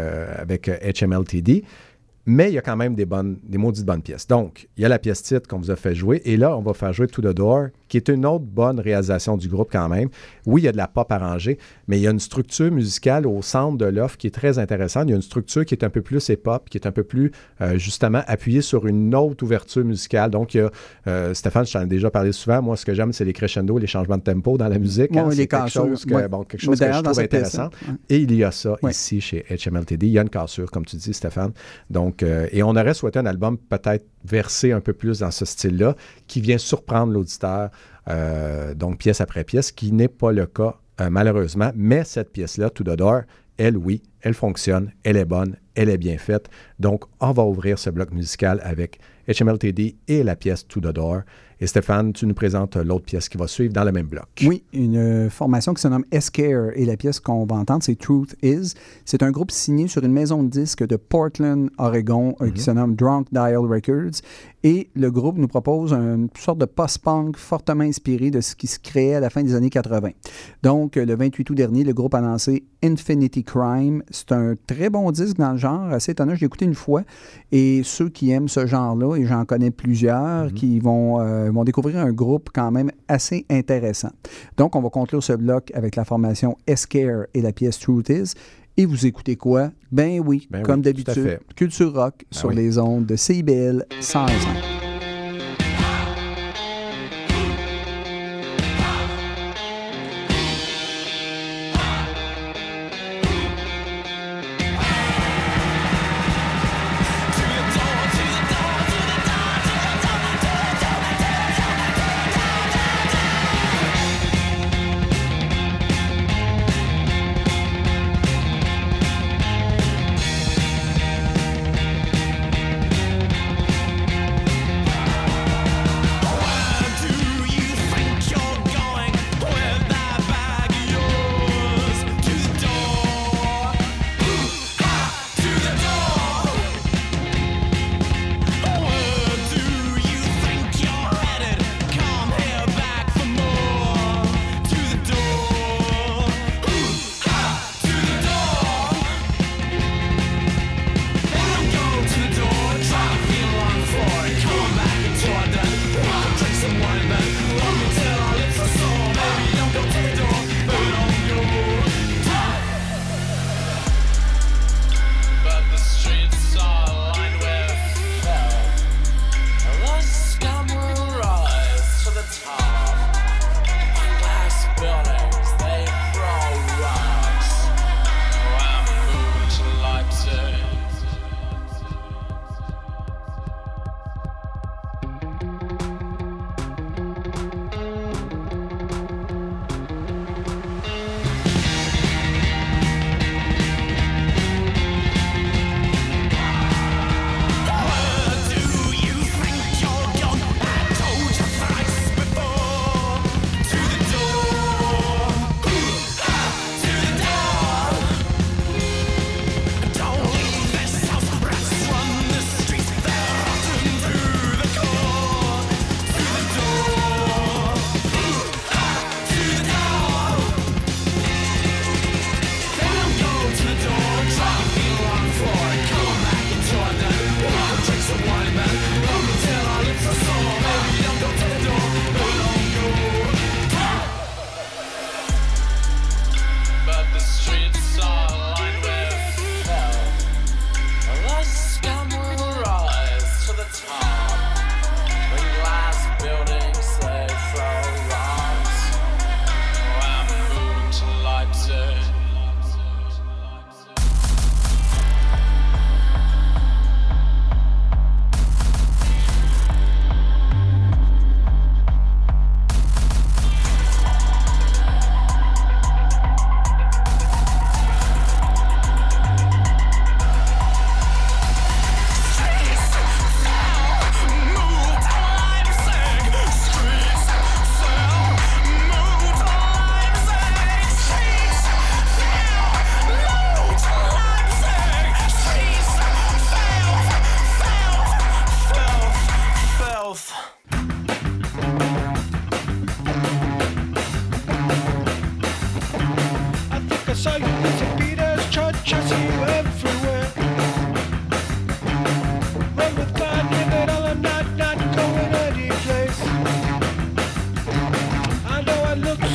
HMLTD. Mais il y a quand même des maudites bonnes pièces. Donc, il y a la pièce titre qu'on vous a fait jouer. Et là, on va faire jouer To The Door, qui est une autre bonne réalisation du groupe quand même. Oui, il y a de la pop arrangée, mais il y a une structure musicale au centre de l'offre qui est très intéressante. Il y a une structure qui est un peu plus hip-hop, qui est un peu plus, justement, appuyée sur une autre ouverture musicale. Donc, il y a, Stéphane, je t'en ai déjà parlé souvent. Moi, ce que j'aime, c'est les crescendos, les changements de tempo dans la musique. Oui, c'est quelque chose que je trouve intéressant. Et il y a ça ici, chez HMLTD. Il y a une cassure, comme tu dis, Stéphane. Donc, et on aurait souhaité un album peut-être versé un peu plus dans ce style-là, qui vient surprendre l'auditeur, donc pièce après pièce, qui n'est pas le cas malheureusement. Mais cette pièce-là, To The Door, elle, oui, elle fonctionne, elle est bonne, elle est bien faite. Donc, on va ouvrir ce bloc musical avec HMLTD et la pièce To The Door. Et Stéphane, tu nous présentes l'autre pièce qui va suivre dans le même bloc. Oui, une formation qui se nomme Escare et la pièce qu'on va entendre, c'est Truth Is. C'est un groupe signé sur une maison de disques de Portland, Oregon, qui se nomme Drunk Dial Records. Et le groupe nous propose une sorte de post-punk fortement inspiré de ce qui se créait à la fin des années 80. Donc, le 28 août dernier, le groupe a lancé Infinity Crime. C'est un très bon disque dans le genre, assez étonnant. Je l'ai écouté une fois. Et ceux qui aiment ce genre-là, et j'en connais plusieurs, qui vont découvrir un groupe quand même assez intéressant. Donc, on va conclure ce bloc avec la formation Escare et la pièce Truth Is. Et vous écoutez quoi? Ben oui, comme d'habitude, Culture Rock sur les ondes de CIBL 101.5.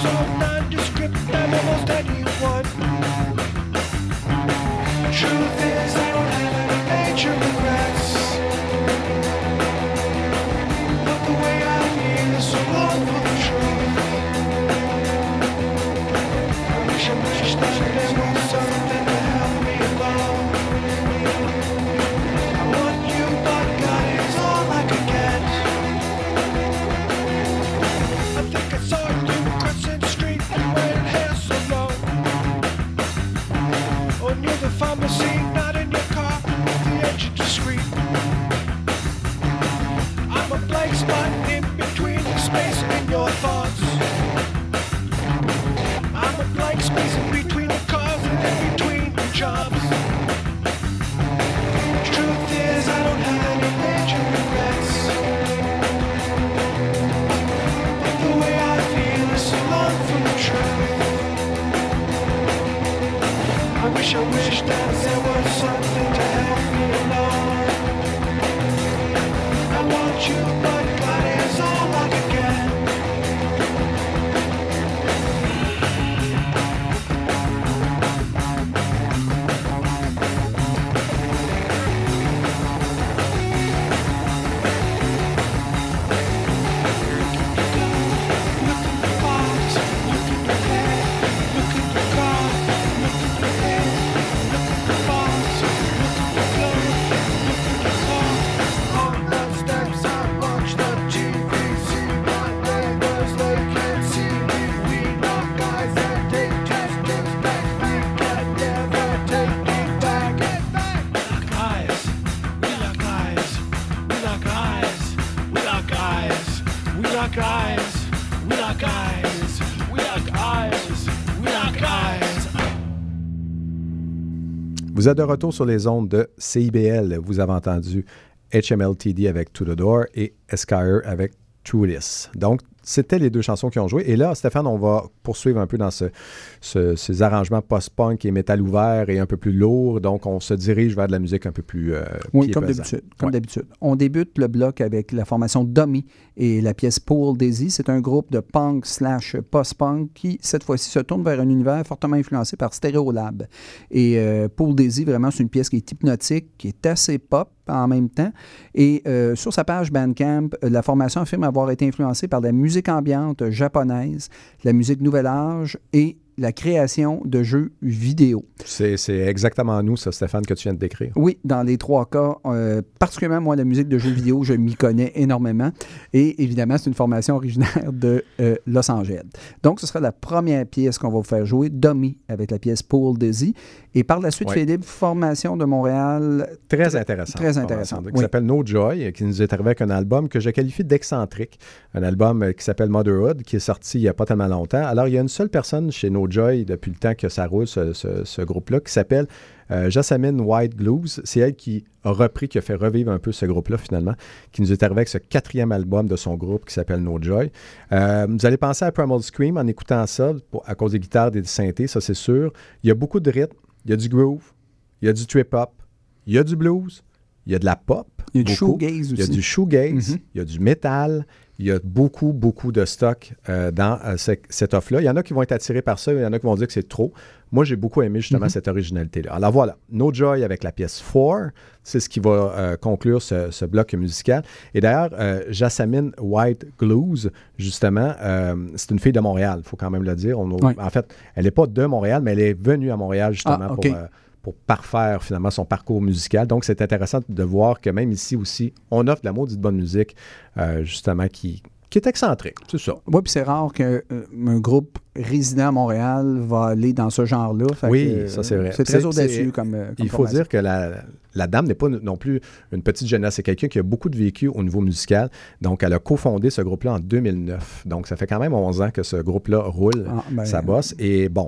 so nondescript, I'm almost anyone. The truth is, I don't have any major regrets. But the way I feel is so long for the truth. I wish that there was something to help me along. I want you, but God is all I could get. I think I saw you crossing the street wearing hair so long. Or near the pharmacy, not in your car, with the engine discreet. I'm a blank spot in between the space and your thoughts. I'm a blank space in between the cars and in between the jobs. Truth is, I don't have any major regrets. But the way I feel is so long from the truth. I wish that there was something to help me along. I want you, but God is all I can get. Vous êtes de retour sur les ondes de CIBL. Vous avez entendu HMLTD avec To The Door et Esquire avec True This. Donc, c'était les deux chansons qui ont joué. Et là, Stéphane, on va poursuivre un peu dans ces arrangements post-punk et métal ouvert et un peu plus lourd. Donc, on se dirige vers de la musique un peu plus oui, comme d'habitude. On débute le bloc avec la formation Dummy et la pièce Pool Daisy. C'est un groupe de punk / post-punk qui, cette fois-ci, se tourne vers un univers fortement influencé par Stereolab. Et Pool Daisy, vraiment, c'est une pièce qui est hypnotique, qui est assez pop en même temps. Et sur sa page Bandcamp, la formation affirme avoir été influencée par la musique ambiante japonaise, la musique Nouvel Âge et la création de jeux vidéo. C'est exactement nous, ça, Stéphane, que tu viens de décrire. Oui, dans les trois cas. Particulièrement, moi, la musique de jeux vidéo, je m'y connais énormément. Et évidemment, c'est une formation originaire de Los Angeles. Donc, ce sera la première pièce qu'on va vous faire jouer, Dummy, avec la pièce Pool Daisy. Et par la suite, Philippe, formation de Montréal. Très intéressante. Très intéressante. Qui s'appelle No Joy, qui nous est arrivé avec un album que je qualifie d'excentrique. Un album qui s'appelle Motherhood, qui est sorti il n'y a pas tellement longtemps. Alors, il y a une seule personne chez No Joy, depuis le temps que ça roule, ce groupe-là, qui s'appelle Jasmine White Blues. C'est elle qui a repris, qui a fait revivre un peu ce groupe-là, finalement, qui nous est arrivé avec ce 4e album de son groupe qui s'appelle No Joy. Vous allez penser à Primal Scream en écoutant ça, à cause des guitares, des synthés, ça c'est sûr. Il y a beaucoup de rythme, il y a du groove, il y a du trip-hop, il y a du blues, il y a de la pop. Il y a du shoegaze aussi. Il y a du shoegaze, il y a du métal. Il y a beaucoup, beaucoup de stock dans cette offre-là. Il y en a qui vont être attirés par ça, il y en a qui vont dire que c'est trop. Moi, j'ai beaucoup aimé justement cette originalité-là. Alors voilà, No Joy avec la pièce 4, c'est ce qui va conclure ce bloc musical. Et d'ailleurs, Jasmine White Blues, justement, c'est une fille de Montréal, il faut quand même le dire. En fait, elle n'est pas de Montréal, mais elle est venue à Montréal justement pour parfaire finalement son parcours musical. Donc, c'est intéressant de voir que même ici aussi, on offre de la maudite bonne musique, justement, qui est excentrique, c'est ça. Oui, puis c'est rare qu'un groupe résident à Montréal va aller dans ce genre-là. Ça c'est vrai. C'est très audacieux comme il faut dire que la dame n'est pas non plus une petite jeunesse, c'est quelqu'un qui a beaucoup de vécu au niveau musical. Donc, elle a cofondé ce groupe-là en 2009. Donc, ça fait quand même 11 ans que ce groupe-là roule, ça bosse. Et bon,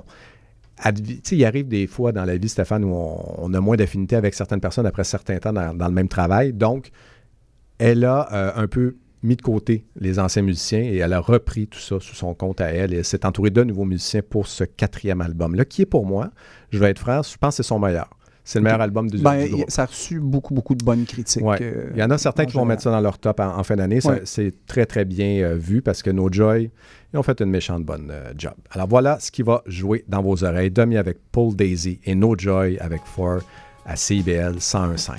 il arrive des fois dans la vie, Stéphane, où on a moins d'affinité avec certaines personnes après certains temps dans le même travail. Donc, elle a un peu mis de côté les anciens musiciens et elle a repris tout ça sous son compte à elle et elle s'est entourée de nouveaux musiciens pour ce 4e album-là, qui est pour moi, je vais être franc, je pense que c'est son meilleur. c'est le meilleur album du groupe. Ça a reçu beaucoup, beaucoup de bonnes critiques. Ouais. Il y en a certains qui vont mettre ça dans leur top en fin d'année. Ouais. C'est très, très bien vu parce que No Joy, ils ont fait une méchante bonne job. Alors voilà ce qui va jouer dans vos oreilles. Demi avec Pull Daisy et No Joy avec Four à CIBL 101.5.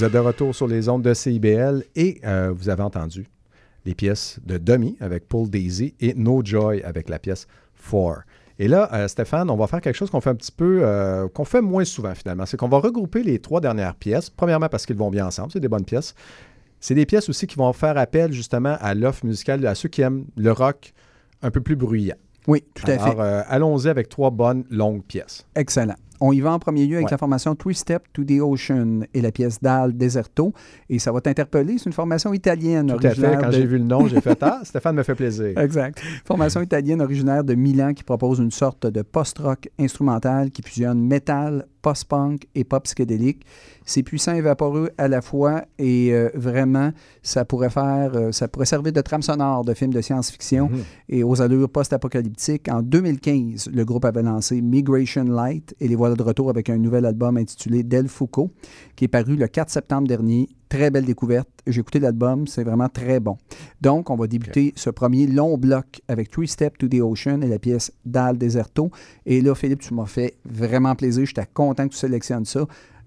Vous êtes de retour sur les ondes de CIBL et vous avez entendu les pièces de Dummy avec Pull Daisy et No Joy avec la pièce Four. Et là, Stéphane, on va faire quelque chose qu'on fait un petit peu, qu'on fait moins souvent finalement. C'est qu'on va regrouper les 3 dernières pièces. Premièrement, parce qu'ils vont bien ensemble, c'est des bonnes pièces. C'est des pièces aussi qui vont faire appel justement à l'offre musicale, à ceux qui aiment le rock un peu plus bruyant. Oui, tout à fait. Allons-y avec 3 bonnes longues pièces. Excellent. On y va en premier lieu avec la formation Three Step to the Ocean et la pièce Dal Deserto. Et ça va t'interpeller. C'est une formation italienne originaire. Tout à fait. Quand j'ai vu le nom, j'ai fait « Ah, Stéphane me fait plaisir. » Exact. Formation italienne originaire de Milan qui propose une sorte de post-rock instrumental qui fusionne métal, post-punk et pop psychédélique. C'est puissant et vaporeux à la fois et vraiment, ça pourrait servir de trame sonore de films de science-fiction et aux allures post-apocalyptiques. En 2015, le groupe avait lancé Migration Light et les voilà de retour avec un nouvel album intitulé Del Foucault qui est paru le 4 septembre dernier. Très belle découverte. J'ai écouté l'album, c'est vraiment très bon. Donc, on va débuter ce premier long bloc avec Three Step to the Ocean et la pièce Dal Deserto. Et là, Philippe, tu m'as fait vraiment plaisir. J'étais content que tu sélectionnes ça.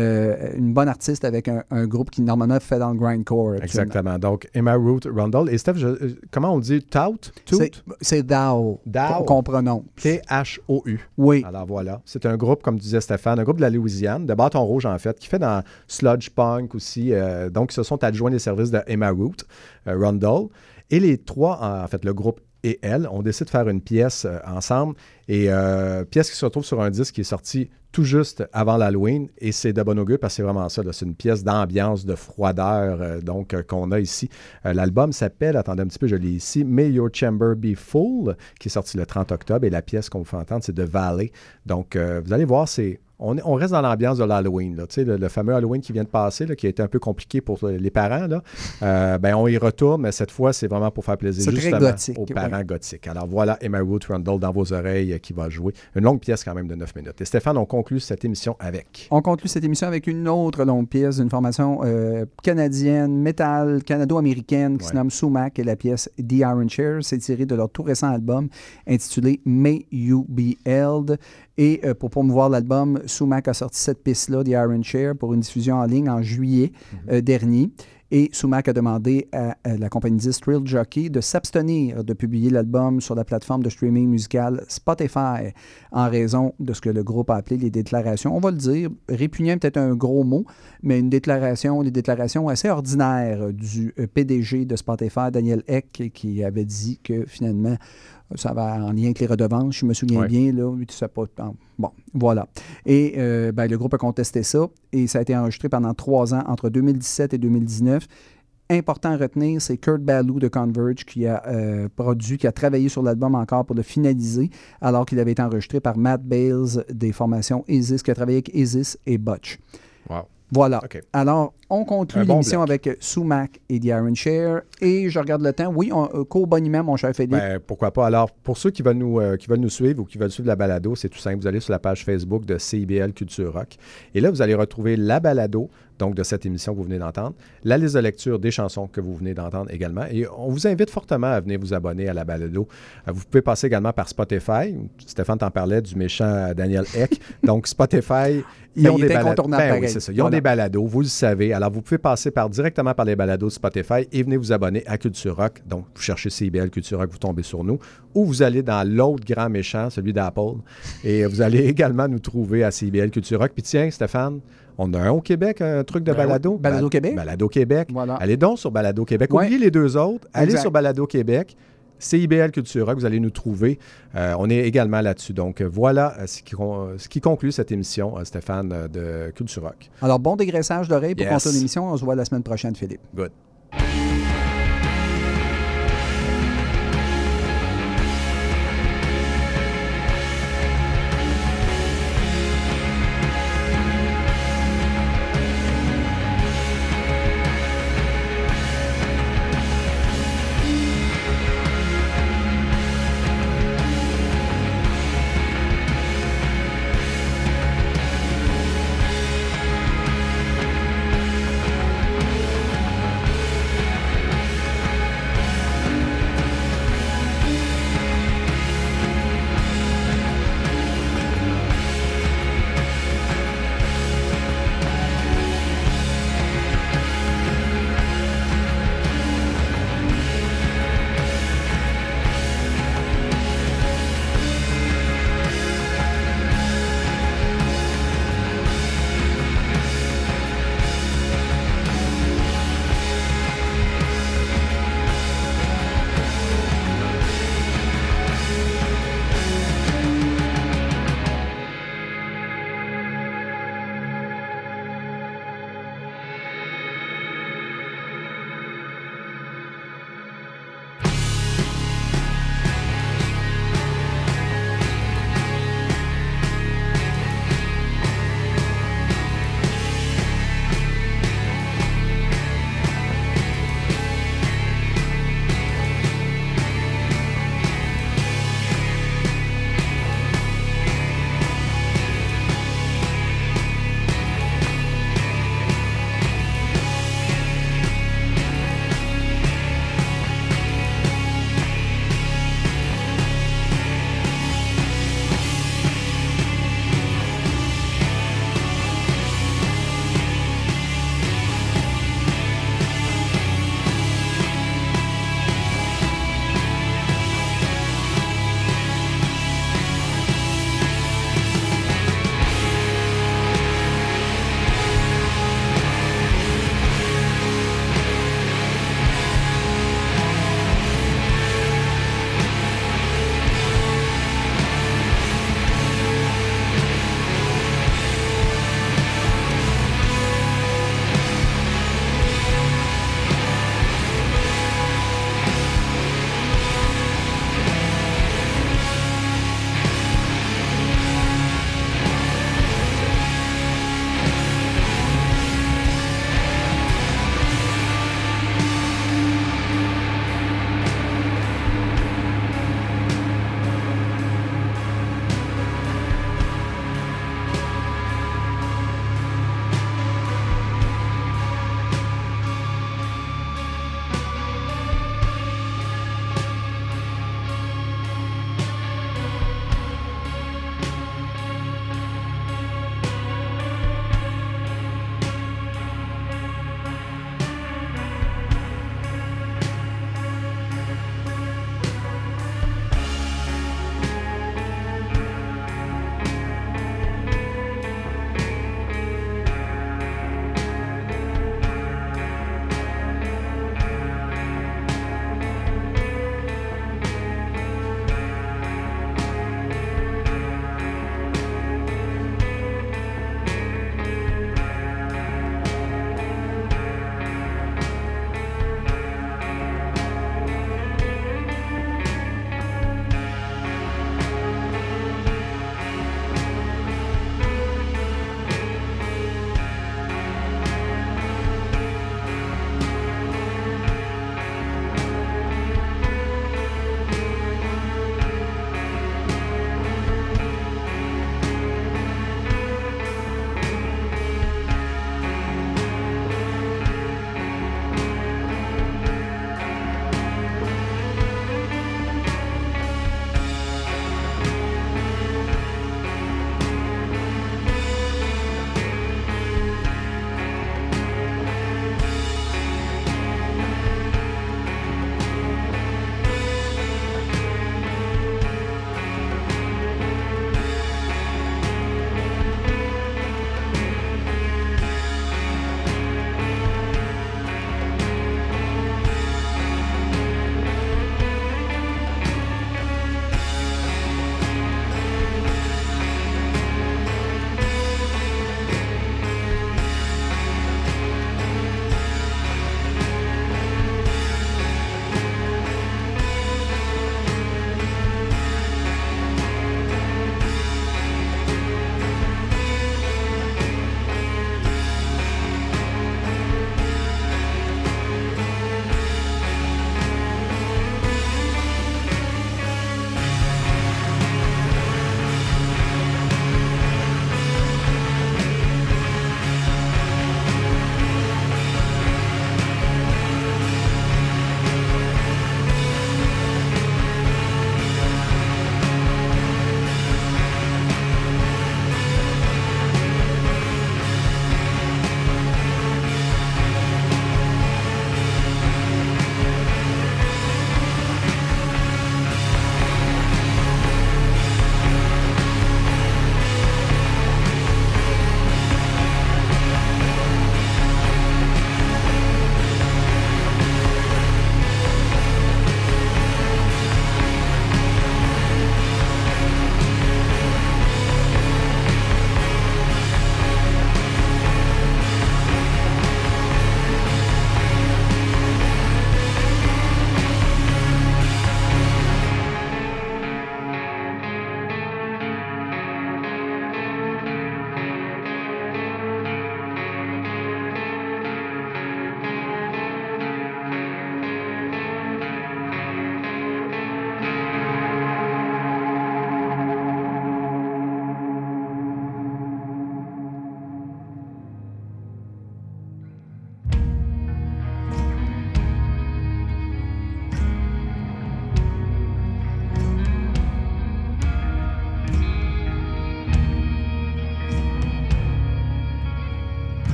Une bonne artiste avec un groupe qui normalement fait dans le grindcore. Exactement. Donc, Emma Ruth Rundle. Et Steph, comment on dit tout? C'est Thou qu'on prononce. T-H-O-U. Oui. Alors voilà. C'est un groupe, comme disait Stéphane, un groupe de la Louisiane, de Bâton Rouge en fait, qui fait dans sludge punk aussi. Donc, ils se sont adjoints les services de Emma Ruth Rundle. Et les 3, en fait, le groupe et elle, on décide de faire une pièce ensemble. Et pièce qui se retrouve sur un disque qui est sorti tout juste avant l'Halloween. Et c'est de bon augure parce que c'est vraiment ça. Là, c'est une pièce d'ambiance, de froideur qu'on a ici. L'album s'appelle, attendez un petit peu, je l'ai ici, May Your Chamber Be Full, qui est sorti le 30 octobre. Et la pièce qu'on vous fait entendre, c'est The Valley. Donc, vous allez voir, on reste dans l'ambiance de l'Halloween. Là. Tu sais, le fameux Halloween qui vient de passer, là, qui a été un peu compliqué pour les parents. Là. On y retourne, mais cette fois, c'est vraiment pour faire plaisir justement aux parents gothiques. Alors voilà, Emma Ruth Rundle dans vos oreilles qui va jouer. Une longue pièce quand même de 9 minutes. Et Stéphane, on conclut cette émission avec? On conclut cette émission avec une autre longue pièce d'une formation canadienne, métal, canado-américaine qui se nomme Sumac et la pièce The Iron Chair. C'est tiré de leur tout récent album intitulé May You Be Held. Et pour promouvoir l'album, Sumac a sorti cette piste-là, The Iron Chair, pour une diffusion en ligne en juillet dernier. Et Sumac a demandé à la compagnie disque Thrill Jockey de s'abstenir de publier l'album sur la plateforme de streaming musical Spotify en raison de ce que le groupe a appelé les déclarations. On va le dire, répugnant peut-être un gros mot, mais des déclarations assez ordinaires du PDG de Spotify, Daniel Ek, qui avait dit que finalement, ça va en lien avec les redevances, je me souviens bien, là, ça pas... Bon, voilà. Et le groupe a contesté ça et ça a été enregistré pendant 3 ans, entre 2017 et 2019. Important à retenir, c'est Kurt Ballou de Converge qui a qui a travaillé sur l'album encore pour le finaliser, alors qu'il avait été enregistré par Matt Bales des formations Isis, qui a travaillé avec Isis et Butch. Wow. Voilà. Okay. Alors, on conclut l'émission avec Sumac et The Iron Chair. Et je regarde le temps. Oui, co-boniment, mon cher Philippe. Pourquoi pas. Alors, pour ceux qui veulent nous suivre ou qui veulent suivre la balado, c'est tout simple. Vous allez sur la page Facebook de CIBL Culture Rock. Et là, vous allez retrouver la balado, donc de cette émission que vous venez d'entendre, la liste de lecture des chansons que vous venez d'entendre également. Et on vous invite fortement à venir vous abonner à la balado. Vous pouvez passer également par Spotify. Stéphane t'en parlait du méchant Daniel Ek. Donc, Spotify, ils ont des balados. Oui, c'est ça. Ils ont des balados, vous le savez. Alors, vous pouvez passer directement par les balados de Spotify et venez vous abonner à Culture Rock. Donc, vous cherchez CIBL Culture Rock, vous tombez sur nous. Ou vous allez dans l'autre grand méchant, celui d'Apple. Et vous allez également nous trouver à CIBL Culture Rock. Puis tiens, Stéphane, on a un au Québec, un truc de balado. Balado Québec. Balado Québec. Voilà. Allez donc sur Balado Québec. Oubliez les 2 autres. Allez sur Balado Québec. CIBL Culture Rock, vous allez nous trouver. On est également là-dessus. Donc, voilà ce qui conclut cette émission, Stéphane, de Culture Rock. Alors, bon dégraissage d'oreilles pour conclure l'émission. On se voit la semaine prochaine, Philippe. Good.